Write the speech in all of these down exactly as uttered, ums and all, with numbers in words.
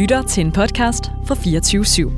lytter til en podcast fra fireogtyve syv.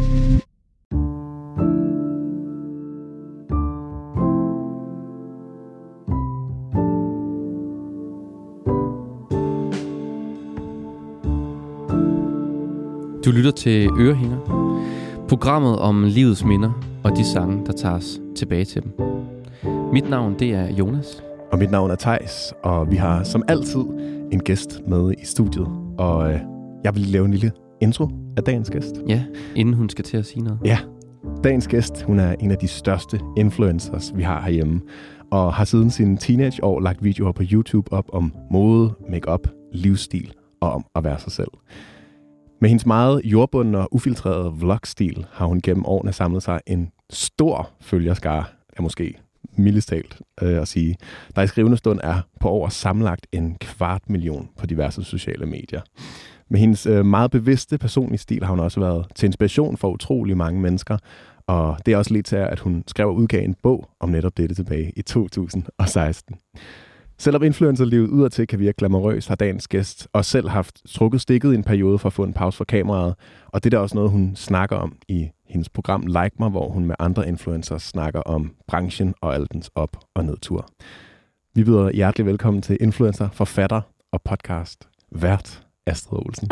Du lytter til Ørehænger, programmet om livets minder og de sange, der tager os tilbage til dem. Mit navn, det er Jonas. Og mit navn er Theis, og vi har som altid en gæst med i studiet. Og øh, jeg vil lave en lille intro af dagens gæst. Ja, inden hun skal til at sige noget. Ja, dagens gæst, hun er en af de største influencers, vi har herhjemme. Og har siden sine teenageår lagt videoer på YouTube op om mode, make-up, livsstil og om at være sig selv. Med hendes meget jordbundne og ufiltrerede vlogstil har hun gennem årene samlet sig en stor følgerskare, er måske mildest talt øh, at sige, der i skrivende stund er på over sammenlagt en kvart million på diverse sociale medier. Med hendes øh, meget bevidste personlige stil har hun også været til inspiration for utrolig mange mennesker, og det er også lidt til, at hun skrev og udgav en bog om netop dette tilbage i to tusind og seksten. Selvom influencerlivet udadtil kan virke glamourøst, har dagens gæst også selv haft trukket stikket i en periode for at få en pause fra kameraet, og det er også noget, hun snakker om i hendes program Like Mig, hvor hun med andre influencers snakker om branchen og al dens op- og nedtur. Vi byder hjertelig velkommen til influencer, forfatter og podcast vært Astrid Olsen.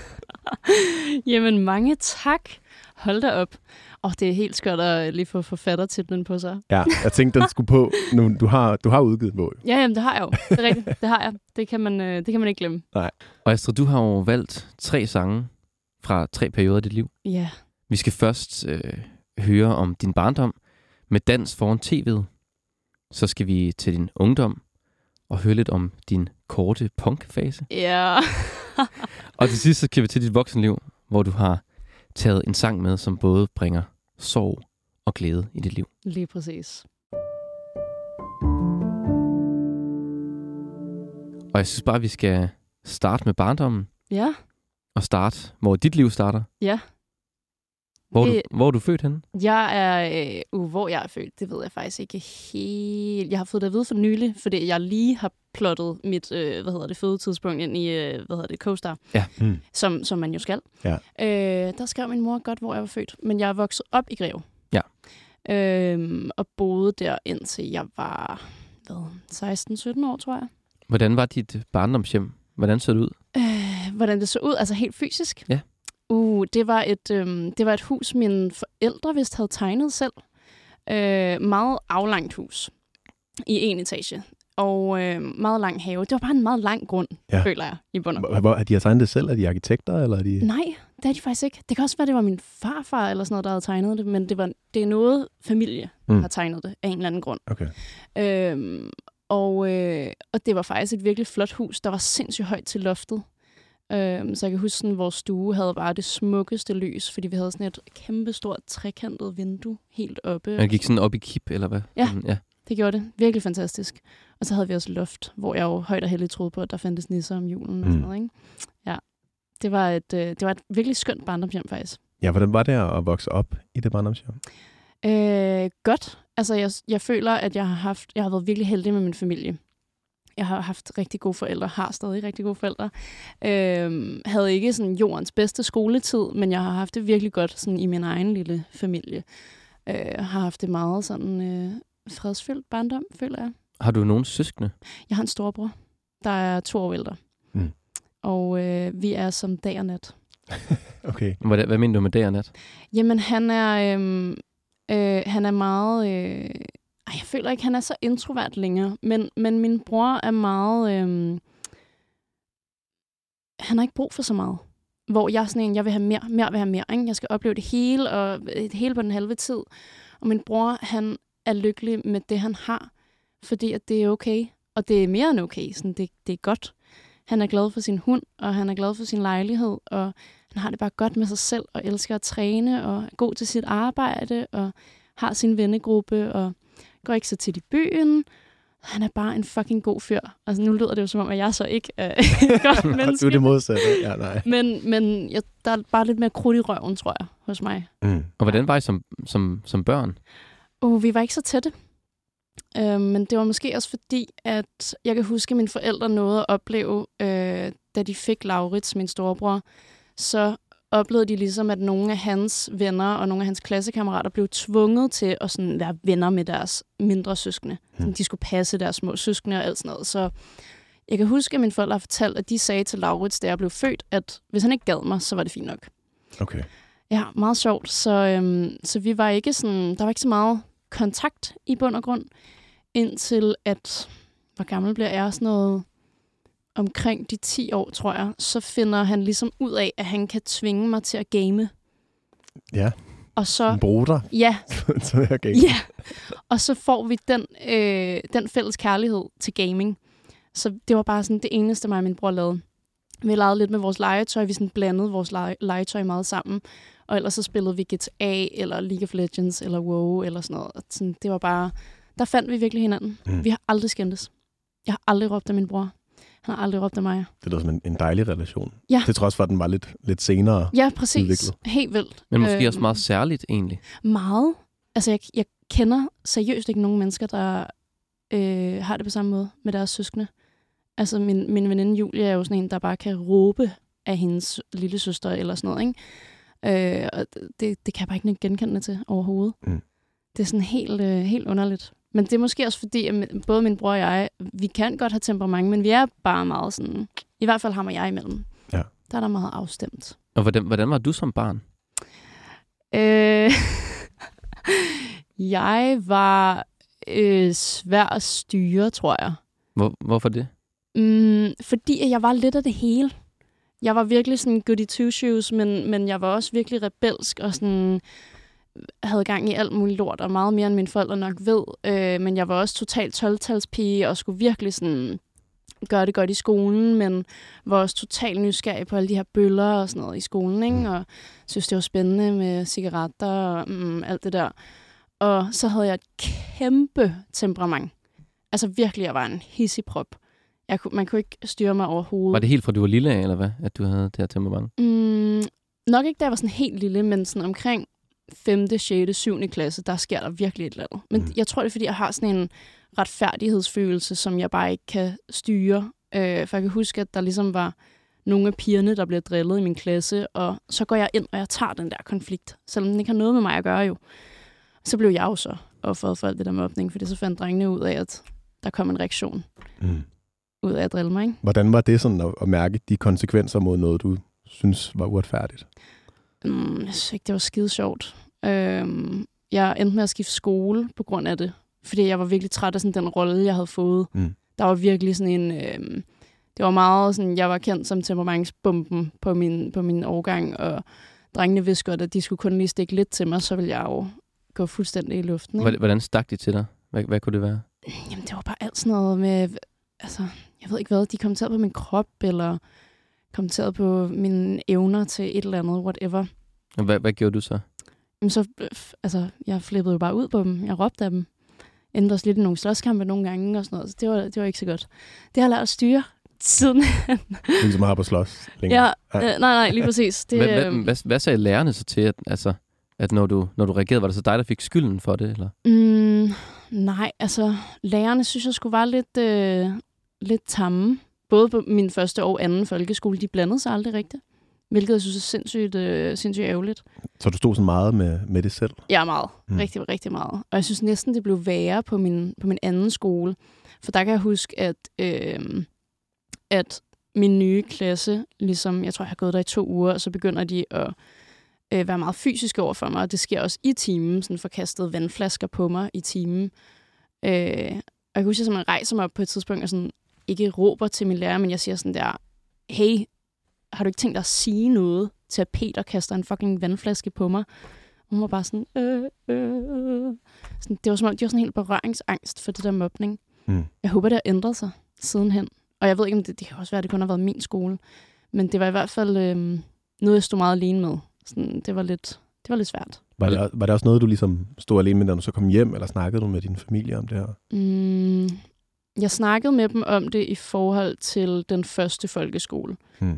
Jamen mange tak. Hold da op. Og det er helt skørt at lige få forfattertitlen på sig. Ja, jeg tænkte, den skulle på. Nu, du, har, du har udgivet en bog. Ja, jamen, det har jeg jo. Det er rigtigt. Det har jeg. Det kan man, øh, det kan man ikke glemme. Nej. Og Astrid, du har jo valgt tre sange fra tre perioder af dit liv. Ja. Vi skal først øh, høre om din barndom med dans foran tv'et. Så skal vi til din ungdom og høre lidt om din korte punkfase. Ja. Og til sidst så skal vi til dit voksenliv, hvor du har taget en sang med, som både bringer sorg og glæde i dit liv. Lige præcis. Og jeg synes bare, vi skal starte med barndommen. Ja. Og starte, hvor dit liv starter. Ja. Hvor, det, du, hvor er du født henne? Jeg er, uh, hvor jeg er født, det ved jeg faktisk ikke helt. Jeg har fået det at vide for nylig, fordi jeg lige har plottet mit, øh, hvad hedder det, fødetidspunkt ind i, øh, hvad hedder det, CoStar. Ja. Mm. Som, som man jo skal. Ja. Øh, der skrev min mor godt, hvor jeg var født. Men jeg er vokset op i Greve. Ja. Øh, og boede der indtil jeg var, hvad, seksten sytten år, tror jeg. Hvordan var dit barndomshjem? Hvordan så det ud? Øh, hvordan det så ud? Altså helt fysisk? Ja. Uh, det var et, øhm, det var et hus, mine forældre vist havde tegnet selv. Øh, meget aflangt hus i en etage. Og øh, meget lang have. Det var bare en meget lang grund, ja. Føler jeg, i bund og grund. Hvor, er de har tegnet det selv? Er de arkitekter, eller er de... Nej, det er de faktisk ikke. Det kan også være, det var min farfar eller sådan noget, der havde tegnet det, men det, var, det er noget familie, mm. har tegnet det af en eller anden grund. Okay. Øhm, og, øh, og det var faktisk et virkelig flot hus, der var sindssygt højt til loftet. Øhm, så jeg kan huske, at vores stue havde bare det smukkeste lys, fordi vi havde sådan et kæmpestort trekantet vindue helt oppe. Man gik sådan op i kip, eller hvad? Ja, ja, det gjorde det. Virkelig fantastisk. Og så havde vi også loft, hvor jeg jo højt og heldigt troede på, at der fandtes nisser om julen mm. og sådan noget, ikke? Ja, det var, et, øh, det var et virkelig skønt barndomshjem, faktisk. Ja, hvordan var det at vokse op i det barndomshjem? Øh, godt. Altså, jeg, jeg føler, at jeg har haft, jeg har været virkelig heldig med min familie. Jeg har haft rigtig gode forældre, har stadig rigtig gode forældre. Øhm, havde ikke sådan jordens bedste skoletid, men jeg har haft det virkelig godt sådan i min egen lille familie. Øh, har haft det meget sådan øh, fredsfyldt barndom, føler jeg. Har du nogen søskende? Jeg har en storebror, der er to år ældre. Mm. Og øh, vi er som dag og nat. Okay. Hvad, hvad mener du med dag og nat? Jamen, han er, øh, øh, han er meget... Øh, Ej, jeg føler ikke, han er så introvert længere, men, men min bror er meget... Øhm, han har ikke brug for så meget. Hvor jeg er sådan en, jeg vil have mere, mere vil have mere. Ikke? Jeg skal opleve det hele, og det hele på den halve tid. Og min bror, han er lykkelig med det, han har, fordi at det er okay. Og det er mere end okay. Sådan, det, det er godt. Han er glad for sin hund, og han er glad for sin lejlighed, og han har det bare godt med sig selv, og elsker at træne, og er god til sit arbejde, og har sin vennegruppe, og går ikke så tit i byen. Han er bare en fucking god fyr. Altså, nu lyder det jo som om, at jeg så ikke er et godt menneske. Du er det modsatte. Ja, nej. Men, men jeg, der er bare lidt mere krudt i røven, tror jeg, hos mig. Mm. Og hvordan var I som, som, som børn? Uh, vi var ikke så tætte. Uh, men det var måske også fordi, at jeg kan huske, at mine forældre nåede at opleve, uh, da de fik Laurits, min storebror, så oplevede de ligesom, at nogle af hans venner og nogle af hans klassekammerater blev tvunget til at sådan være venner med deres mindre søskende. Hmm. De skulle passe deres små søskende og alt sådan noget. Så jeg kan huske, at mine forældre har fortalt, at de sagde til Laurits, da jeg blev født, at hvis han ikke gad mig, så var det fint nok. Okay. Ja, meget sjovt. Så, øhm, så vi var ikke sådan, der var ikke så meget kontakt i bund og grund, indtil at, hvor gammel bliver jeg, sådan noget omkring de ti år, tror jeg, så finder han ligesom ud af, at han kan tvinge mig til at game. Ja. Og så, en bruder. Ja. Så jeg game. Ja. Og så får vi den, øh, den fælles kærlighed til gaming. Så det var bare sådan det eneste, mig og min bror lavede. Vi legede lidt med vores legetøj, vi sådan blandede vores lege- legetøj meget sammen. Og ellers så spillede vi G T A, eller League of Legends, eller WoW, eller sådan noget. Sådan, det var bare, der fandt vi virkelig hinanden. Mm. Vi har aldrig skændtes. Jeg har aldrig råbt af min bror. Han har aldrig råbt af mig. Det lyder som en, en dejlig relation. Ja. Til trods for, at den var lidt, lidt senere Ja, præcis. udviklet. Helt vildt. Men måske øhm, også meget særligt, egentlig. Meget. Altså, jeg, jeg kender seriøst ikke nogen mennesker, der øh, har det på samme måde med deres søskende. Altså, min, min veninde Julie er jo sådan en, der bare kan råbe af hendes lille søster eller sådan noget, ikke? Øh, og det, det kan jeg bare ikke genkende til overhovedet. Mm. Det er sådan helt, øh, helt underligt. Men det er måske også fordi, at både min bror og jeg, vi kan godt have temperament, men vi er bare meget sådan, i hvert fald ham og jeg imellem. Ja. Der er der meget afstemt. Og hvordan, hvordan var du som barn? Øh, jeg var øh, svær at styre, tror jeg. Hvor, hvorfor det? Mm, fordi jeg var lidt af det hele. Jeg var virkelig sådan goody two-shoes, men, men jeg var også virkelig rebelsk og sådan havde gang i alt muligt lort, og meget mere end mine forældre nok ved. Øh, men jeg var også totalt tolv-talspige og skulle virkelig sådan gøre det godt i skolen, men var også totalt nysgerrig på alle de her bøller og sådan noget i skolen, ikke? Og synes, det var spændende med cigaretter og mm, alt det der. Og så havde jeg et kæmpe temperament. Altså virkelig, jeg var en hissigprop. Jeg kunne, man kunne ikke styre mig overhovedet. Var det helt fra du var lille af, eller hvad, at du havde det her temperament? Mm, nok ikke, da jeg var sådan helt lille, men sådan omkring femte, sjette, syvende klasse, der sker der virkelig et eller andet. Men mm. jeg tror, det er, fordi jeg har sådan en retfærdighedsfølelse, som jeg bare ikke kan styre. Øh, for jeg kan huske, at der ligesom var nogle af pigerne, der blev drillet i min klasse, og så går jeg ind, og jeg tager den der konflikt, selvom den ikke har noget med mig at gøre jo. Så blev jeg jo så offeret for alt det der mobning, fordi så fandt drengene ud af, at der kom en reaktion mm. ud af at drille mig. Ikke? Hvordan var det sådan at, at mærke de konsekvenser mod noget, du synes var uretfærdigt? Mm, jeg synes ikke, det var skide sjovt. Øhm, jeg endte med at skifte skole på grund af det, fordi jeg var virkelig træt af sådan den rolle, jeg havde fået. Mm. Der var virkelig sådan en... Øhm, det var meget sådan, jeg var kendt som temperamentsbomben på min, på min årgang, og drengene vidste godt, at de skulle kun lige stikke lidt til mig, så ville jeg jo gå fuldstændig i luften. Ikke? Hvordan stak de til dig? Hvad, hvad kunne det være? Jamen, det var bare alt sådan noget med... Altså, jeg ved ikke hvad, de kommenterede på min krop, eller kommenterede på mine evner til et eller andet, whatever. Og hvad, hvad gjorde du så? Jamen, så, altså, jeg flippede jo bare ud på dem. Jeg råbte af dem. Endte også lidt i nogle slåskampe nogle gange og sådan noget, så det var, det var ikke så godt. Det har jeg lært at styre siden. Ligesom at have på slås længere. Ja, øh, nej, nej, lige præcis. Det, hvad, hvad, hvad, hvad sagde lærerne så til, at, altså, at når, du, når du reagerede, var det så dig, der fik skylden for det? Eller? Mm, nej, altså, lærerne synes jeg skulle være lidt, øh, lidt tamme. Både på min første og anden folkeskole, de blandede sig aldrig rigtigt. Hvilket jeg synes er sindssygt, øh, sindssygt ærgerligt. Så du stod så meget med, med det selv? Ja, meget. Mm. Rigtig, rigtig meget. Og jeg synes næsten, det blev værre på min, på min anden skole. For der kan jeg huske, at, øh, at min nye klasse, ligesom, jeg tror, jeg har gået der i to uger, og så begynder de at øh, være meget fysiske over for mig. Og det sker også i timen, sådan forkastede vandflasker på mig i timen. Øh, og jeg kan huske, at jeg rejser mig op på et tidspunkt og sådan, ikke råber til min lærer, men jeg siger sådan der, hey, har du ikke tænkt dig at sige noget til, at Peter kaster en fucking vandflaske på mig? Og hun var bare sådan, øh, øh. sådan, det var som om, de var sådan helt berøringsangst for det der mobning. Mm. Jeg håber, det har ændret sig sidenhen. Og jeg ved ikke, om det, det kan også være, at det kun har været min skole. Men det var i hvert fald øh, noget, jeg stod meget alene med. Sådan, det var lidt, det var lidt svært. Var det, var det også noget, du ligesom stod alene med, når du så kom hjem, eller snakkede du med din familie om det her? Mm, jeg snakkede med dem om det i forhold til den første folkeskole. Mm.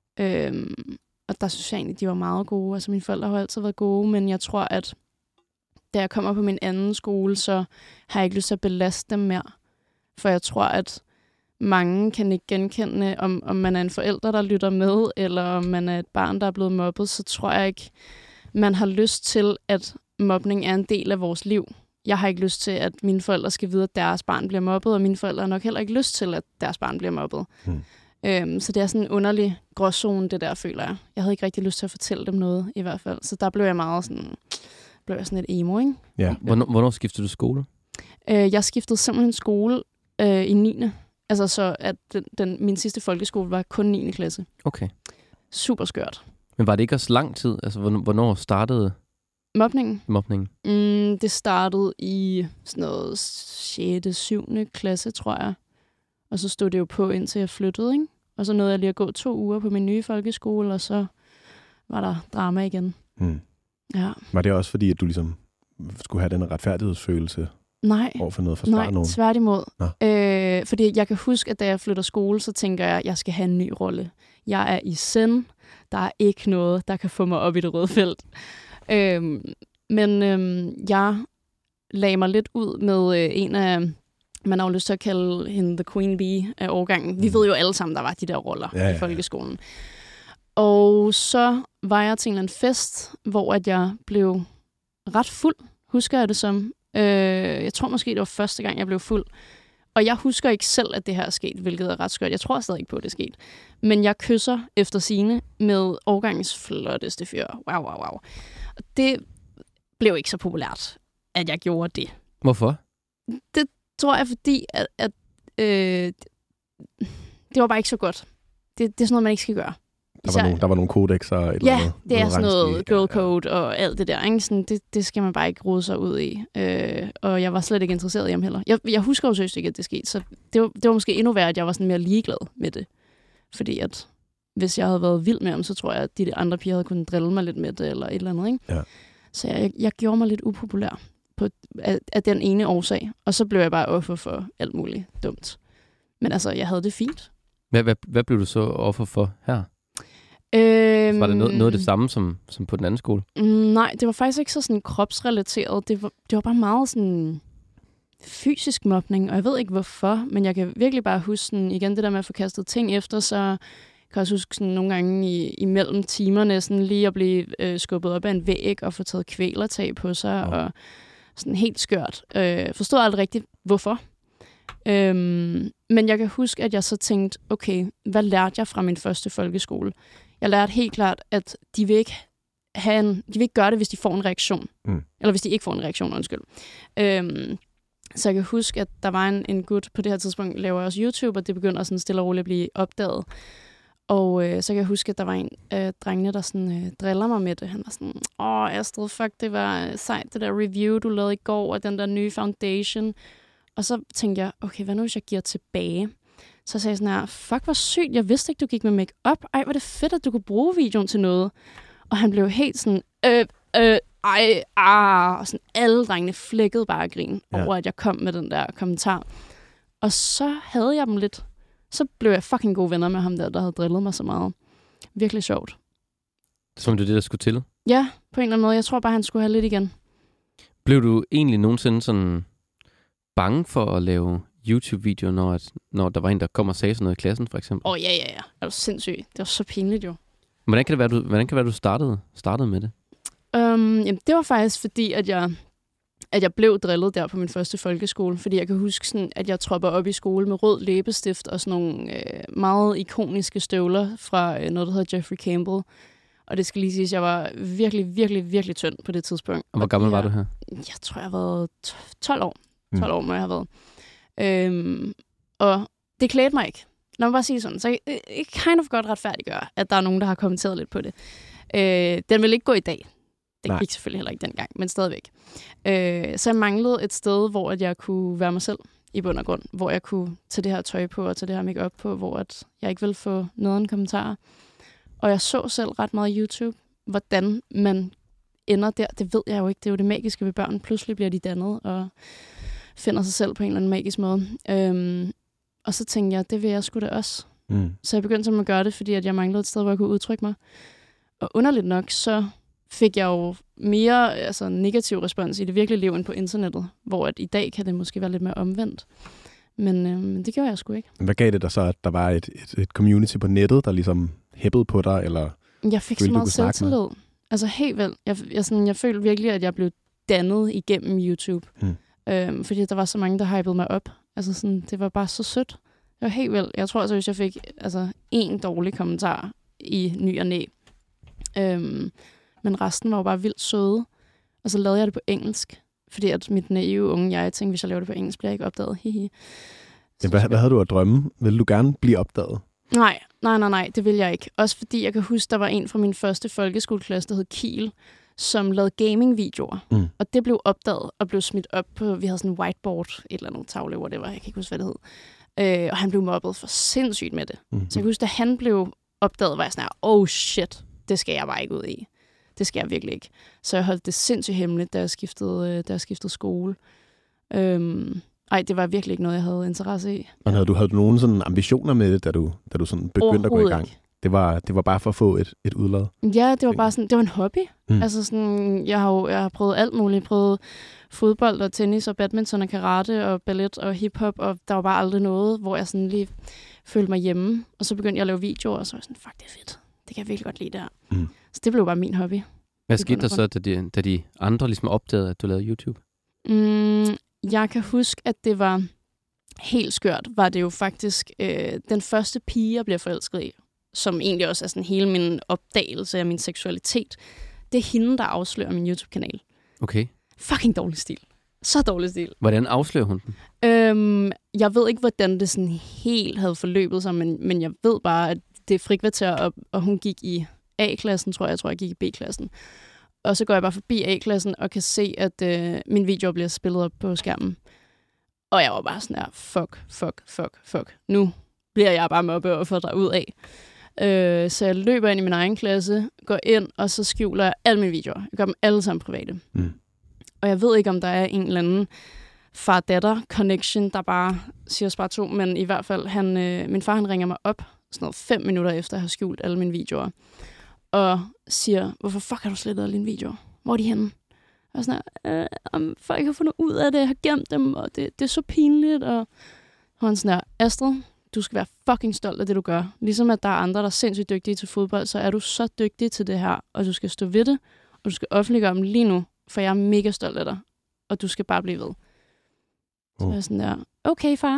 Øhm, og der synes jeg egentlig, de var meget gode. Altså mine forældre har altid været gode, men jeg tror, at da jeg kommer på min anden skole, så har jeg ikke lyst til at belaste dem mere. For jeg tror, at mange kan ikke genkende, om, om man er en forælder, der lytter med, eller om man er et barn, der er blevet mobbet, så tror jeg ikke, man har lyst til, at mobning er en del af vores liv. Jeg har ikke lyst til, at mine forældre skal vide, at deres barn bliver mobbet, og mine forældre har nok heller ikke lyst til, at deres barn bliver mobbet. Hmm. Øhm, så det er sådan en underlig gråzone, det der, føler jeg. Jeg havde ikke rigtig lyst til at fortælle dem noget, i hvert fald. Så der blev jeg meget sådan, blev jeg sådan et emo, ikke? Ja. Hvornår, hvornår skiftede du skole? Øh, jeg skiftede simpelthen skole øh, i niende Altså så, at den, den, min sidste folkeskole var kun niende klasse. Okay. Super skørt. Men var det ikke også lang tid? Altså, hvornår startede mobningen? mobningen? Mm, det startede i sådan noget sjette syvende klasse, tror jeg. Og så stod det jo på, indtil jeg flyttede, ikke? Og så nåede jeg lige at gå to uger på min nye folkeskole, og så var der drama igen. Mm. Ja. Var det også fordi, at du ligesom skulle have den retfærdighedsfølelse Nej. over for noget at forsvare Nej, nogen? tværtimod. Øh, fordi jeg kan huske, at da jeg flytter skole, så tænker jeg, at jeg skal have en ny rolle. Jeg er i zen. Der er ikke noget, der kan få mig op i det røde felt. Øh, men øh, jeg lagde mig lidt ud med øh, en af... Man har jo lyst til at kalde hende The Queen Bee af årgangen. Vi ved jo alle sammen, der var de der roller ja, ja. i folkeskolen. Og så var jeg til en eller anden fest, hvor at jeg blev ret fuld, husker jeg det som. Øh, jeg tror måske, det var første gang, jeg blev fuld. Og jeg husker ikke selv, at det her er sket, hvilket er ret skørt. Jeg tror stadig ikke på, at det er sket. Men jeg kysser efter sigende med årgangens flotteste fyr. Wow, wow, wow. Og det blev ikke så populært, at jeg gjorde det. Hvorfor? Det tror jeg, fordi at, at øh, det var bare ikke så godt. Det, det er sådan noget, man ikke skal gøre. Der var, nogle, der var nogle kodexer og et ja, eller andet. det er sådan noget girl ja, ja. code og alt det der. Ikke? Sådan, det, det skal man bare ikke rode sig ud i. Øh, og jeg var slet ikke interesseret i ham heller. Jeg, jeg husker jo seriøst ikke, at det skete. Så det var, det var måske endnu værre, at jeg var sådan mere ligeglad med det. Fordi at hvis jeg havde været vild med ham, så tror jeg, at de andre piger havde kunnet drille mig lidt med det eller et eller andet. Ikke? Ja. Så jeg, jeg gjorde mig lidt upopulær på, af, af den ene årsag. Og så blev jeg bare offer for alt muligt dumt. Men altså, jeg havde det fint. Hvad, hvad, hvad blev du så offer for her? Øhm, var det noget, noget af det samme som, som på den anden skole? Mm, nej, det var faktisk ikke så sådan kropsrelateret. Det var, det var bare meget sådan fysisk mobning, og jeg ved ikke hvorfor, men jeg kan virkelig bare huske sådan, igen det der med at få kastet ting efter, så kan jeg også huske sådan, nogle gange i, imellem timerne sådan, lige at blive øh, skubbet op af en væg og få taget kvælertag på sig, oh. og sådan helt skørt. Øh, forstod aldrig rigtigt, hvorfor. Øhm, men jeg kan huske, at jeg så tænkte, okay, hvad lærte jeg fra min første folkeskole? Jeg lærte helt klart, at de vil ikke, have en, de vil ikke gøre det, hvis de får en reaktion. Mm. Eller hvis de ikke får en reaktion, undskyld. Øhm, så jeg kan huske, at der var en, en gut på det her tidspunkt, laver også YouTube, og det begynder sådan stille og roligt at blive opdaget. Og øh, så kan jeg huske, at der var en af øh, drengene, der sådan, øh, driller mig med det. Han var sådan, åh Astrid, fuck, det var sejt, det der review, du lavede i går, og den der nye foundation. Og så tænkte jeg, okay, hvad nu hvis jeg giver tilbage? Så sagde jeg sådan her, fuck, hvor sygt, jeg vidste ikke, du gik med make-up. Ej, hvor det fedt, at du kunne bruge videoen til noget. Og han blev helt sådan, øh, øh, ej, ah. Og sådan alle drengene flækkede bare grin ja. over, at jeg kom med den der kommentar. Og så havde jeg dem lidt. Så blev jeg fucking gode venner med ham der, der havde drillet mig så meget. Virkelig sjovt. Som det det, der skulle til? Ja, på en eller anden måde. Jeg tror bare, han skulle have lidt igen. Blev du egentlig nogensinde sådan bange for at lave YouTube-videoer, når, at, når der var en, der kom og sagde sådan noget i klassen, for eksempel? Åh, oh, ja, ja, ja. Det var sindssygt. Det var så pinligt jo. Hvordan kan det være, du, hvordan kan det være, du startede, startede med det? Um, jamen, det var faktisk fordi, at jeg, at jeg blev drillet der på min første folkeskole. Fordi jeg kan huske, sådan, at jeg tropper op i skole med rød læbestift og sådan nogle øh, meget ikoniske støvler fra øh, noget, der hedder Jeffrey Campbell. Og det skal lige siges, at jeg var virkelig, virkelig, virkelig tynd på det tidspunkt. Og hvor gammel og var du her? Jeg tror, jeg har været tolv år. tolv år må jeg have været. Øhm, og det klædte mig ikke. Lad mig bare sige sådan. Så jeg, jeg kind of godt retfærdiggøre, at der er nogen, der har kommenteret lidt på det. Øh, den vil ikke gå i dag. Det Nej. gik selvfølgelig heller ikke dengang, men stadigvæk. Øh, så jeg manglede et sted, hvor at jeg kunne være mig selv i bund og grund. Hvor jeg kunne tage det her tøj på og tage det her make-up på, hvor at jeg ikke ville få noget kommentarer. Og jeg så selv ret meget YouTube, hvordan man ender der. Det ved jeg jo ikke. Det er jo det magiske ved børn. Pludselig bliver de dannet og finder sig selv på en eller anden magisk måde. Øhm, og så tænkte jeg, det vil jeg sgu da også. Mm. Så jeg begyndte simpelthen at gøre det, fordi at jeg manglede et sted, hvor jeg kunne udtrykke mig. Og underligt nok, så fik jeg jo mere altså, negativ respons i det virkelige liv end på internettet, hvor at i dag kan det måske være lidt mere omvendt. Men, øh, men det gjorde jeg sgu ikke. Hvad gav det dig så, at der var et, et, et community på nettet, der ligesom hæppede på dig? Eller jeg fik så meget selvtillid. Altså helt vel. Jeg, jeg, sådan, jeg følte virkelig, at jeg blev dannet igennem YouTube. Hmm. Øhm, fordi der var så mange, der hypede mig op. Altså sådan, det var bare så sødt. Det var helt vel. Jeg tror altså, hvis jeg fik altså, en dårlig kommentar i ny og næ. Øhm, men resten var jo bare vildt søde. Og så lavede jeg det på engelsk. Fordi at mit naive unge jeg tænkte, hvis jeg laver det på engelsk, bliver jeg ikke opdaget. Hihi. Ja, hvad, hvad havde du at drømme? Ville du gerne blive opdaget? Nej, nej, nej, nej, det vil jeg ikke. Også fordi jeg kan huske, der var en fra min første folkeskoleklasse, der hed Kiel, som lavede gaming-videoer. Mm. Og det blev opdaget og blev smidt op på, vi havde sådan en whiteboard, et eller andet tavle, hvor det var, jeg kan ikke huske, hvad det hed. Øh, og han blev mobbet for sindssygt med det. Mm-hmm. Så jeg kan huske, da han blev opdaget, var jeg sådan her, oh shit, det skal jeg bare ikke ud i. Det skal jeg virkelig ikke. Så jeg holdt det sindssygt hemmeligt, da jeg skiftede, da jeg skiftede skole. Øhm, ej, det var virkelig ikke noget, jeg havde interesse i. Men havde du, havde du nogen sådan ambitioner med det, da du, da du sådan begyndte at gå i gang? Det var, det var bare for at få et, et udlad? Ja, det var bare sådan, det var en hobby. Mm. Altså sådan, jeg har jo jeg har prøvet alt muligt. Jeg har prøvet fodbold og tennis og badminton og karate og ballet og hiphop, og der var bare aldrig noget, hvor jeg sådan lige følte mig hjemme. Og så begyndte jeg at lave videoer, og så var jeg sådan, fuck, det er fedt. Det kan jeg virkelig godt lide der. Mm. Så det blev bare min hobby. Hvad skete der så, da de, da de andre ligesom opdagede, at du lavede YouTube? Mm, jeg kan huske, at det var helt skørt, var det jo faktisk øh, den første pige, jeg blev forelsket i, som egentlig også er sådan hele min opdagelse af min seksualitet. Det er hende, der afslører min YouTube-kanal. Okay. Fucking dårlig stil. Så dårlig stil. Hvordan afslører hun den? Øhm, jeg ved ikke, hvordan det sådan helt havde forløbet sig, men, men jeg ved bare, at det er frikvarter, og, og hun gik i A-klassen, tror jeg. Jeg tror, jeg gik i B-klassen. Og så går jeg bare forbi A-klassen og kan se, at øh, min video bliver spillet op på skærmen. Og jeg var bare sådan her, fuck, fuck, fuck, fuck. Nu bliver jeg bare mobbet og får dig ud af. Øh, så jeg løber ind i min egen klasse, går ind, og så skjuler jeg alle mine videoer. Jeg gør dem alle sammen private. Mm. Og jeg ved ikke, om der er en eller anden far-datter-connection, der bare siger os bare to, men i hvert fald, han, øh, min far han ringer mig op sådan noget fem minutter efter, at jeg har skjult alle mine videoer, og siger, hvorfor fuck har du slettet alle dine videoer? Hvor er de henne? Og sådan her, øh, om folk har fundet ud af det, har gemt dem, og det, det er så pinligt, og han sådan her, Astrid, du skal være fucking stolt af det, du gør. Ligesom at der er andre, der er sindssygt dygtige til fodbold, så er du så dygtig til det her, og du skal stå ved det, og du skal offentliggøre dem lige nu, for jeg er mega stolt af dig, og du skal bare blive ved. Så oh. jeg er sådan der, okay far.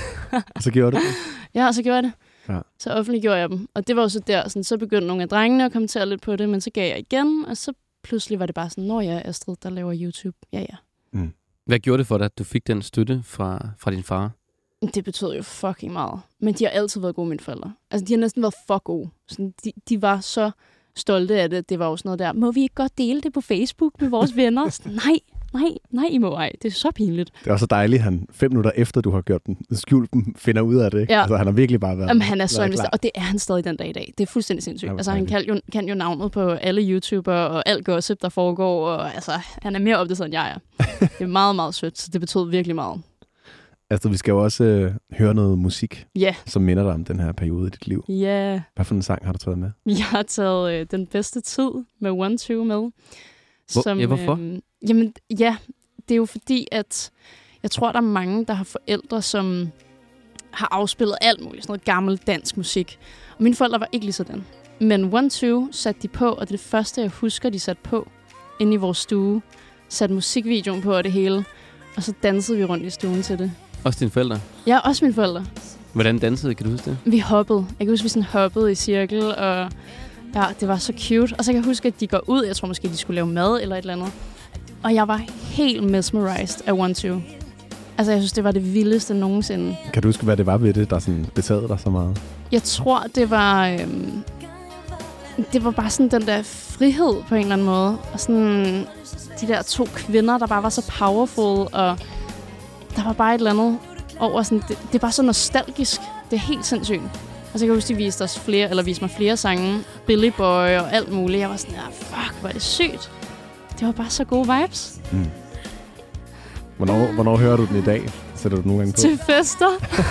Og så gjorde du det? Ja, så gjorde jeg det. Ja. Så offentliggjorde jeg dem. Og det var jo så der, sådan, så begyndte nogle af drengene at kommentere lidt på det, men så gav jeg igen, og så pludselig var det bare sådan, når jeg er Astrid, der laver YouTube. Ja, ja. Mm. Hvad gjorde det for dig, at du fik den støtte fra, fra din far? Det betød jo fucking meget. Men de har altid været gode, mine forældre. Altså, de har næsten været for gode. Sådan, de, de var så stolte af det. Det var jo sådan noget der, må vi ikke godt dele det på Facebook med vores venner? Sådan, nej, nej, nej, I må ej. Det er så pinligt. Det er også dejligt, at han fem minutter efter, du har gjort den, skjult dem, finder ud af det. Ja. Altså, han har virkelig bare været... Jamen, han er så investeret, og det er han stadig den dag i dag. Det er fuldstændig sindssygt. Ja, altså, han kan jo, kan jo navnet på alle YouTubere og alt gossip, der foregår. Og, altså, han er mere opdateret, end jeg er. Det er meget, meget sødt, så det betød virkelig meget. Altså, vi skal jo også øh, høre noget musik, yeah. som minder dig om den her periode i dit liv. Ja. Yeah. Hvad for en sang har du taget med? Jeg har taget øh, Den Bedste Tid med one two med. Hvor, som, ja, hvorfor? Øh, jamen, ja, det er jo fordi, at jeg tror, der er mange, der har forældre, som har afspillet alt muligt, sådan noget gammel dansk musik. Og mine forældre var ikke lige sådan. Men one two satte de på, og det er det første, jeg husker, de satte på inde i vores stue. Satte musikvideoen på og det hele. Og så dansede vi rundt i stuen til det. Også dine forældre? Ja, også mine forældre. Hvordan dansede, kan du huske det? Vi hoppede. Jeg kan huske, vi sådan hoppede i cirkel, og ja, det var så cute. Og så kan jeg huske, at de går ud. Jeg tror måske, de skulle lave mad eller et eller andet. Og jeg var helt mesmerized af one two. Altså, jeg synes, det var det vildeste nogensinde. Kan du huske, hvad det var ved det, der sådan besad dig så meget? Jeg tror, det var... Øhm, det var bare sådan den der frihed på en eller anden måde. Og sådan de der to kvinder, der bare var så powerful, og der var bare et eller andet over sådan... Det, det er bare så nostalgisk. Det er helt sindssygt. Og så kan jeg huske, de viste os flere, eller viste mig flere sange. Billy Boy og alt muligt. Jeg var sådan, ja, fuck, hvor er det sygt. Det var bare så gode vibes. Mm. Hvornår, hvornår hører du den i dag? Sætter du den nogle gange på? Til fester.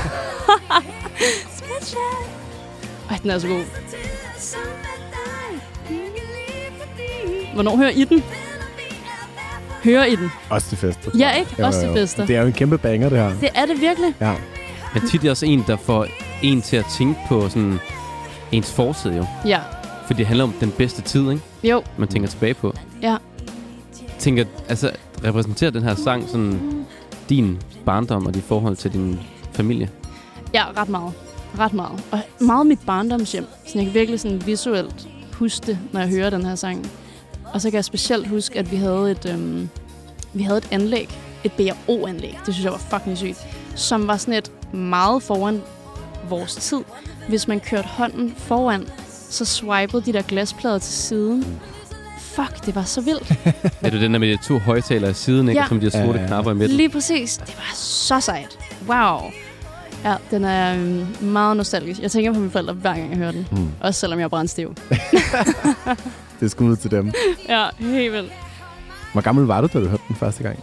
Ej, den er så god. Hvornår hører I den? Høre i den. Også til fester. Ja, ikke? Jo, Også jo, til jo. fester. Det er jo en kæmpe banger, det her. Det er det virkelig. Ja. Men tit er også en, der får en til at tænke på sådan ens fortid, jo. Ja. For det handler om den bedste tid, ikke? Jo. Man tænker tilbage på. Ja. Tænker, altså, repræsenterer den her sang sådan din barndom og dit forhold til din familie? Ja, ret meget. Ret meget. Og meget mit barndomshjem. Så jeg kan virkelig sådan visuelt huske det, når jeg hører den her sang. Og så kan jeg specielt huske, at vi havde et, øhm, vi havde et anlæg. Et B R O-anlæg. Det synes jeg var fucking sygt. Som var sådan et meget foran vores tid. Hvis man kørte hånden foran, så swipede de der glasplader til siden. Fuck, det var så vildt. Er det den der med de to højtalere i siden, ikke? Ja. Som de har sorte Ja. knapper i midten? Lige præcis. Det var så sejt. Wow. Ja, den er øhm, meget nostalgisk. Jeg tænker på mine forældre, hver gang jeg hører den. Mm. Også selvom jeg er brændstiv. Det er skud til dem. Ja, helt vildt. Hvor gammel var du, da du hørte den første gang?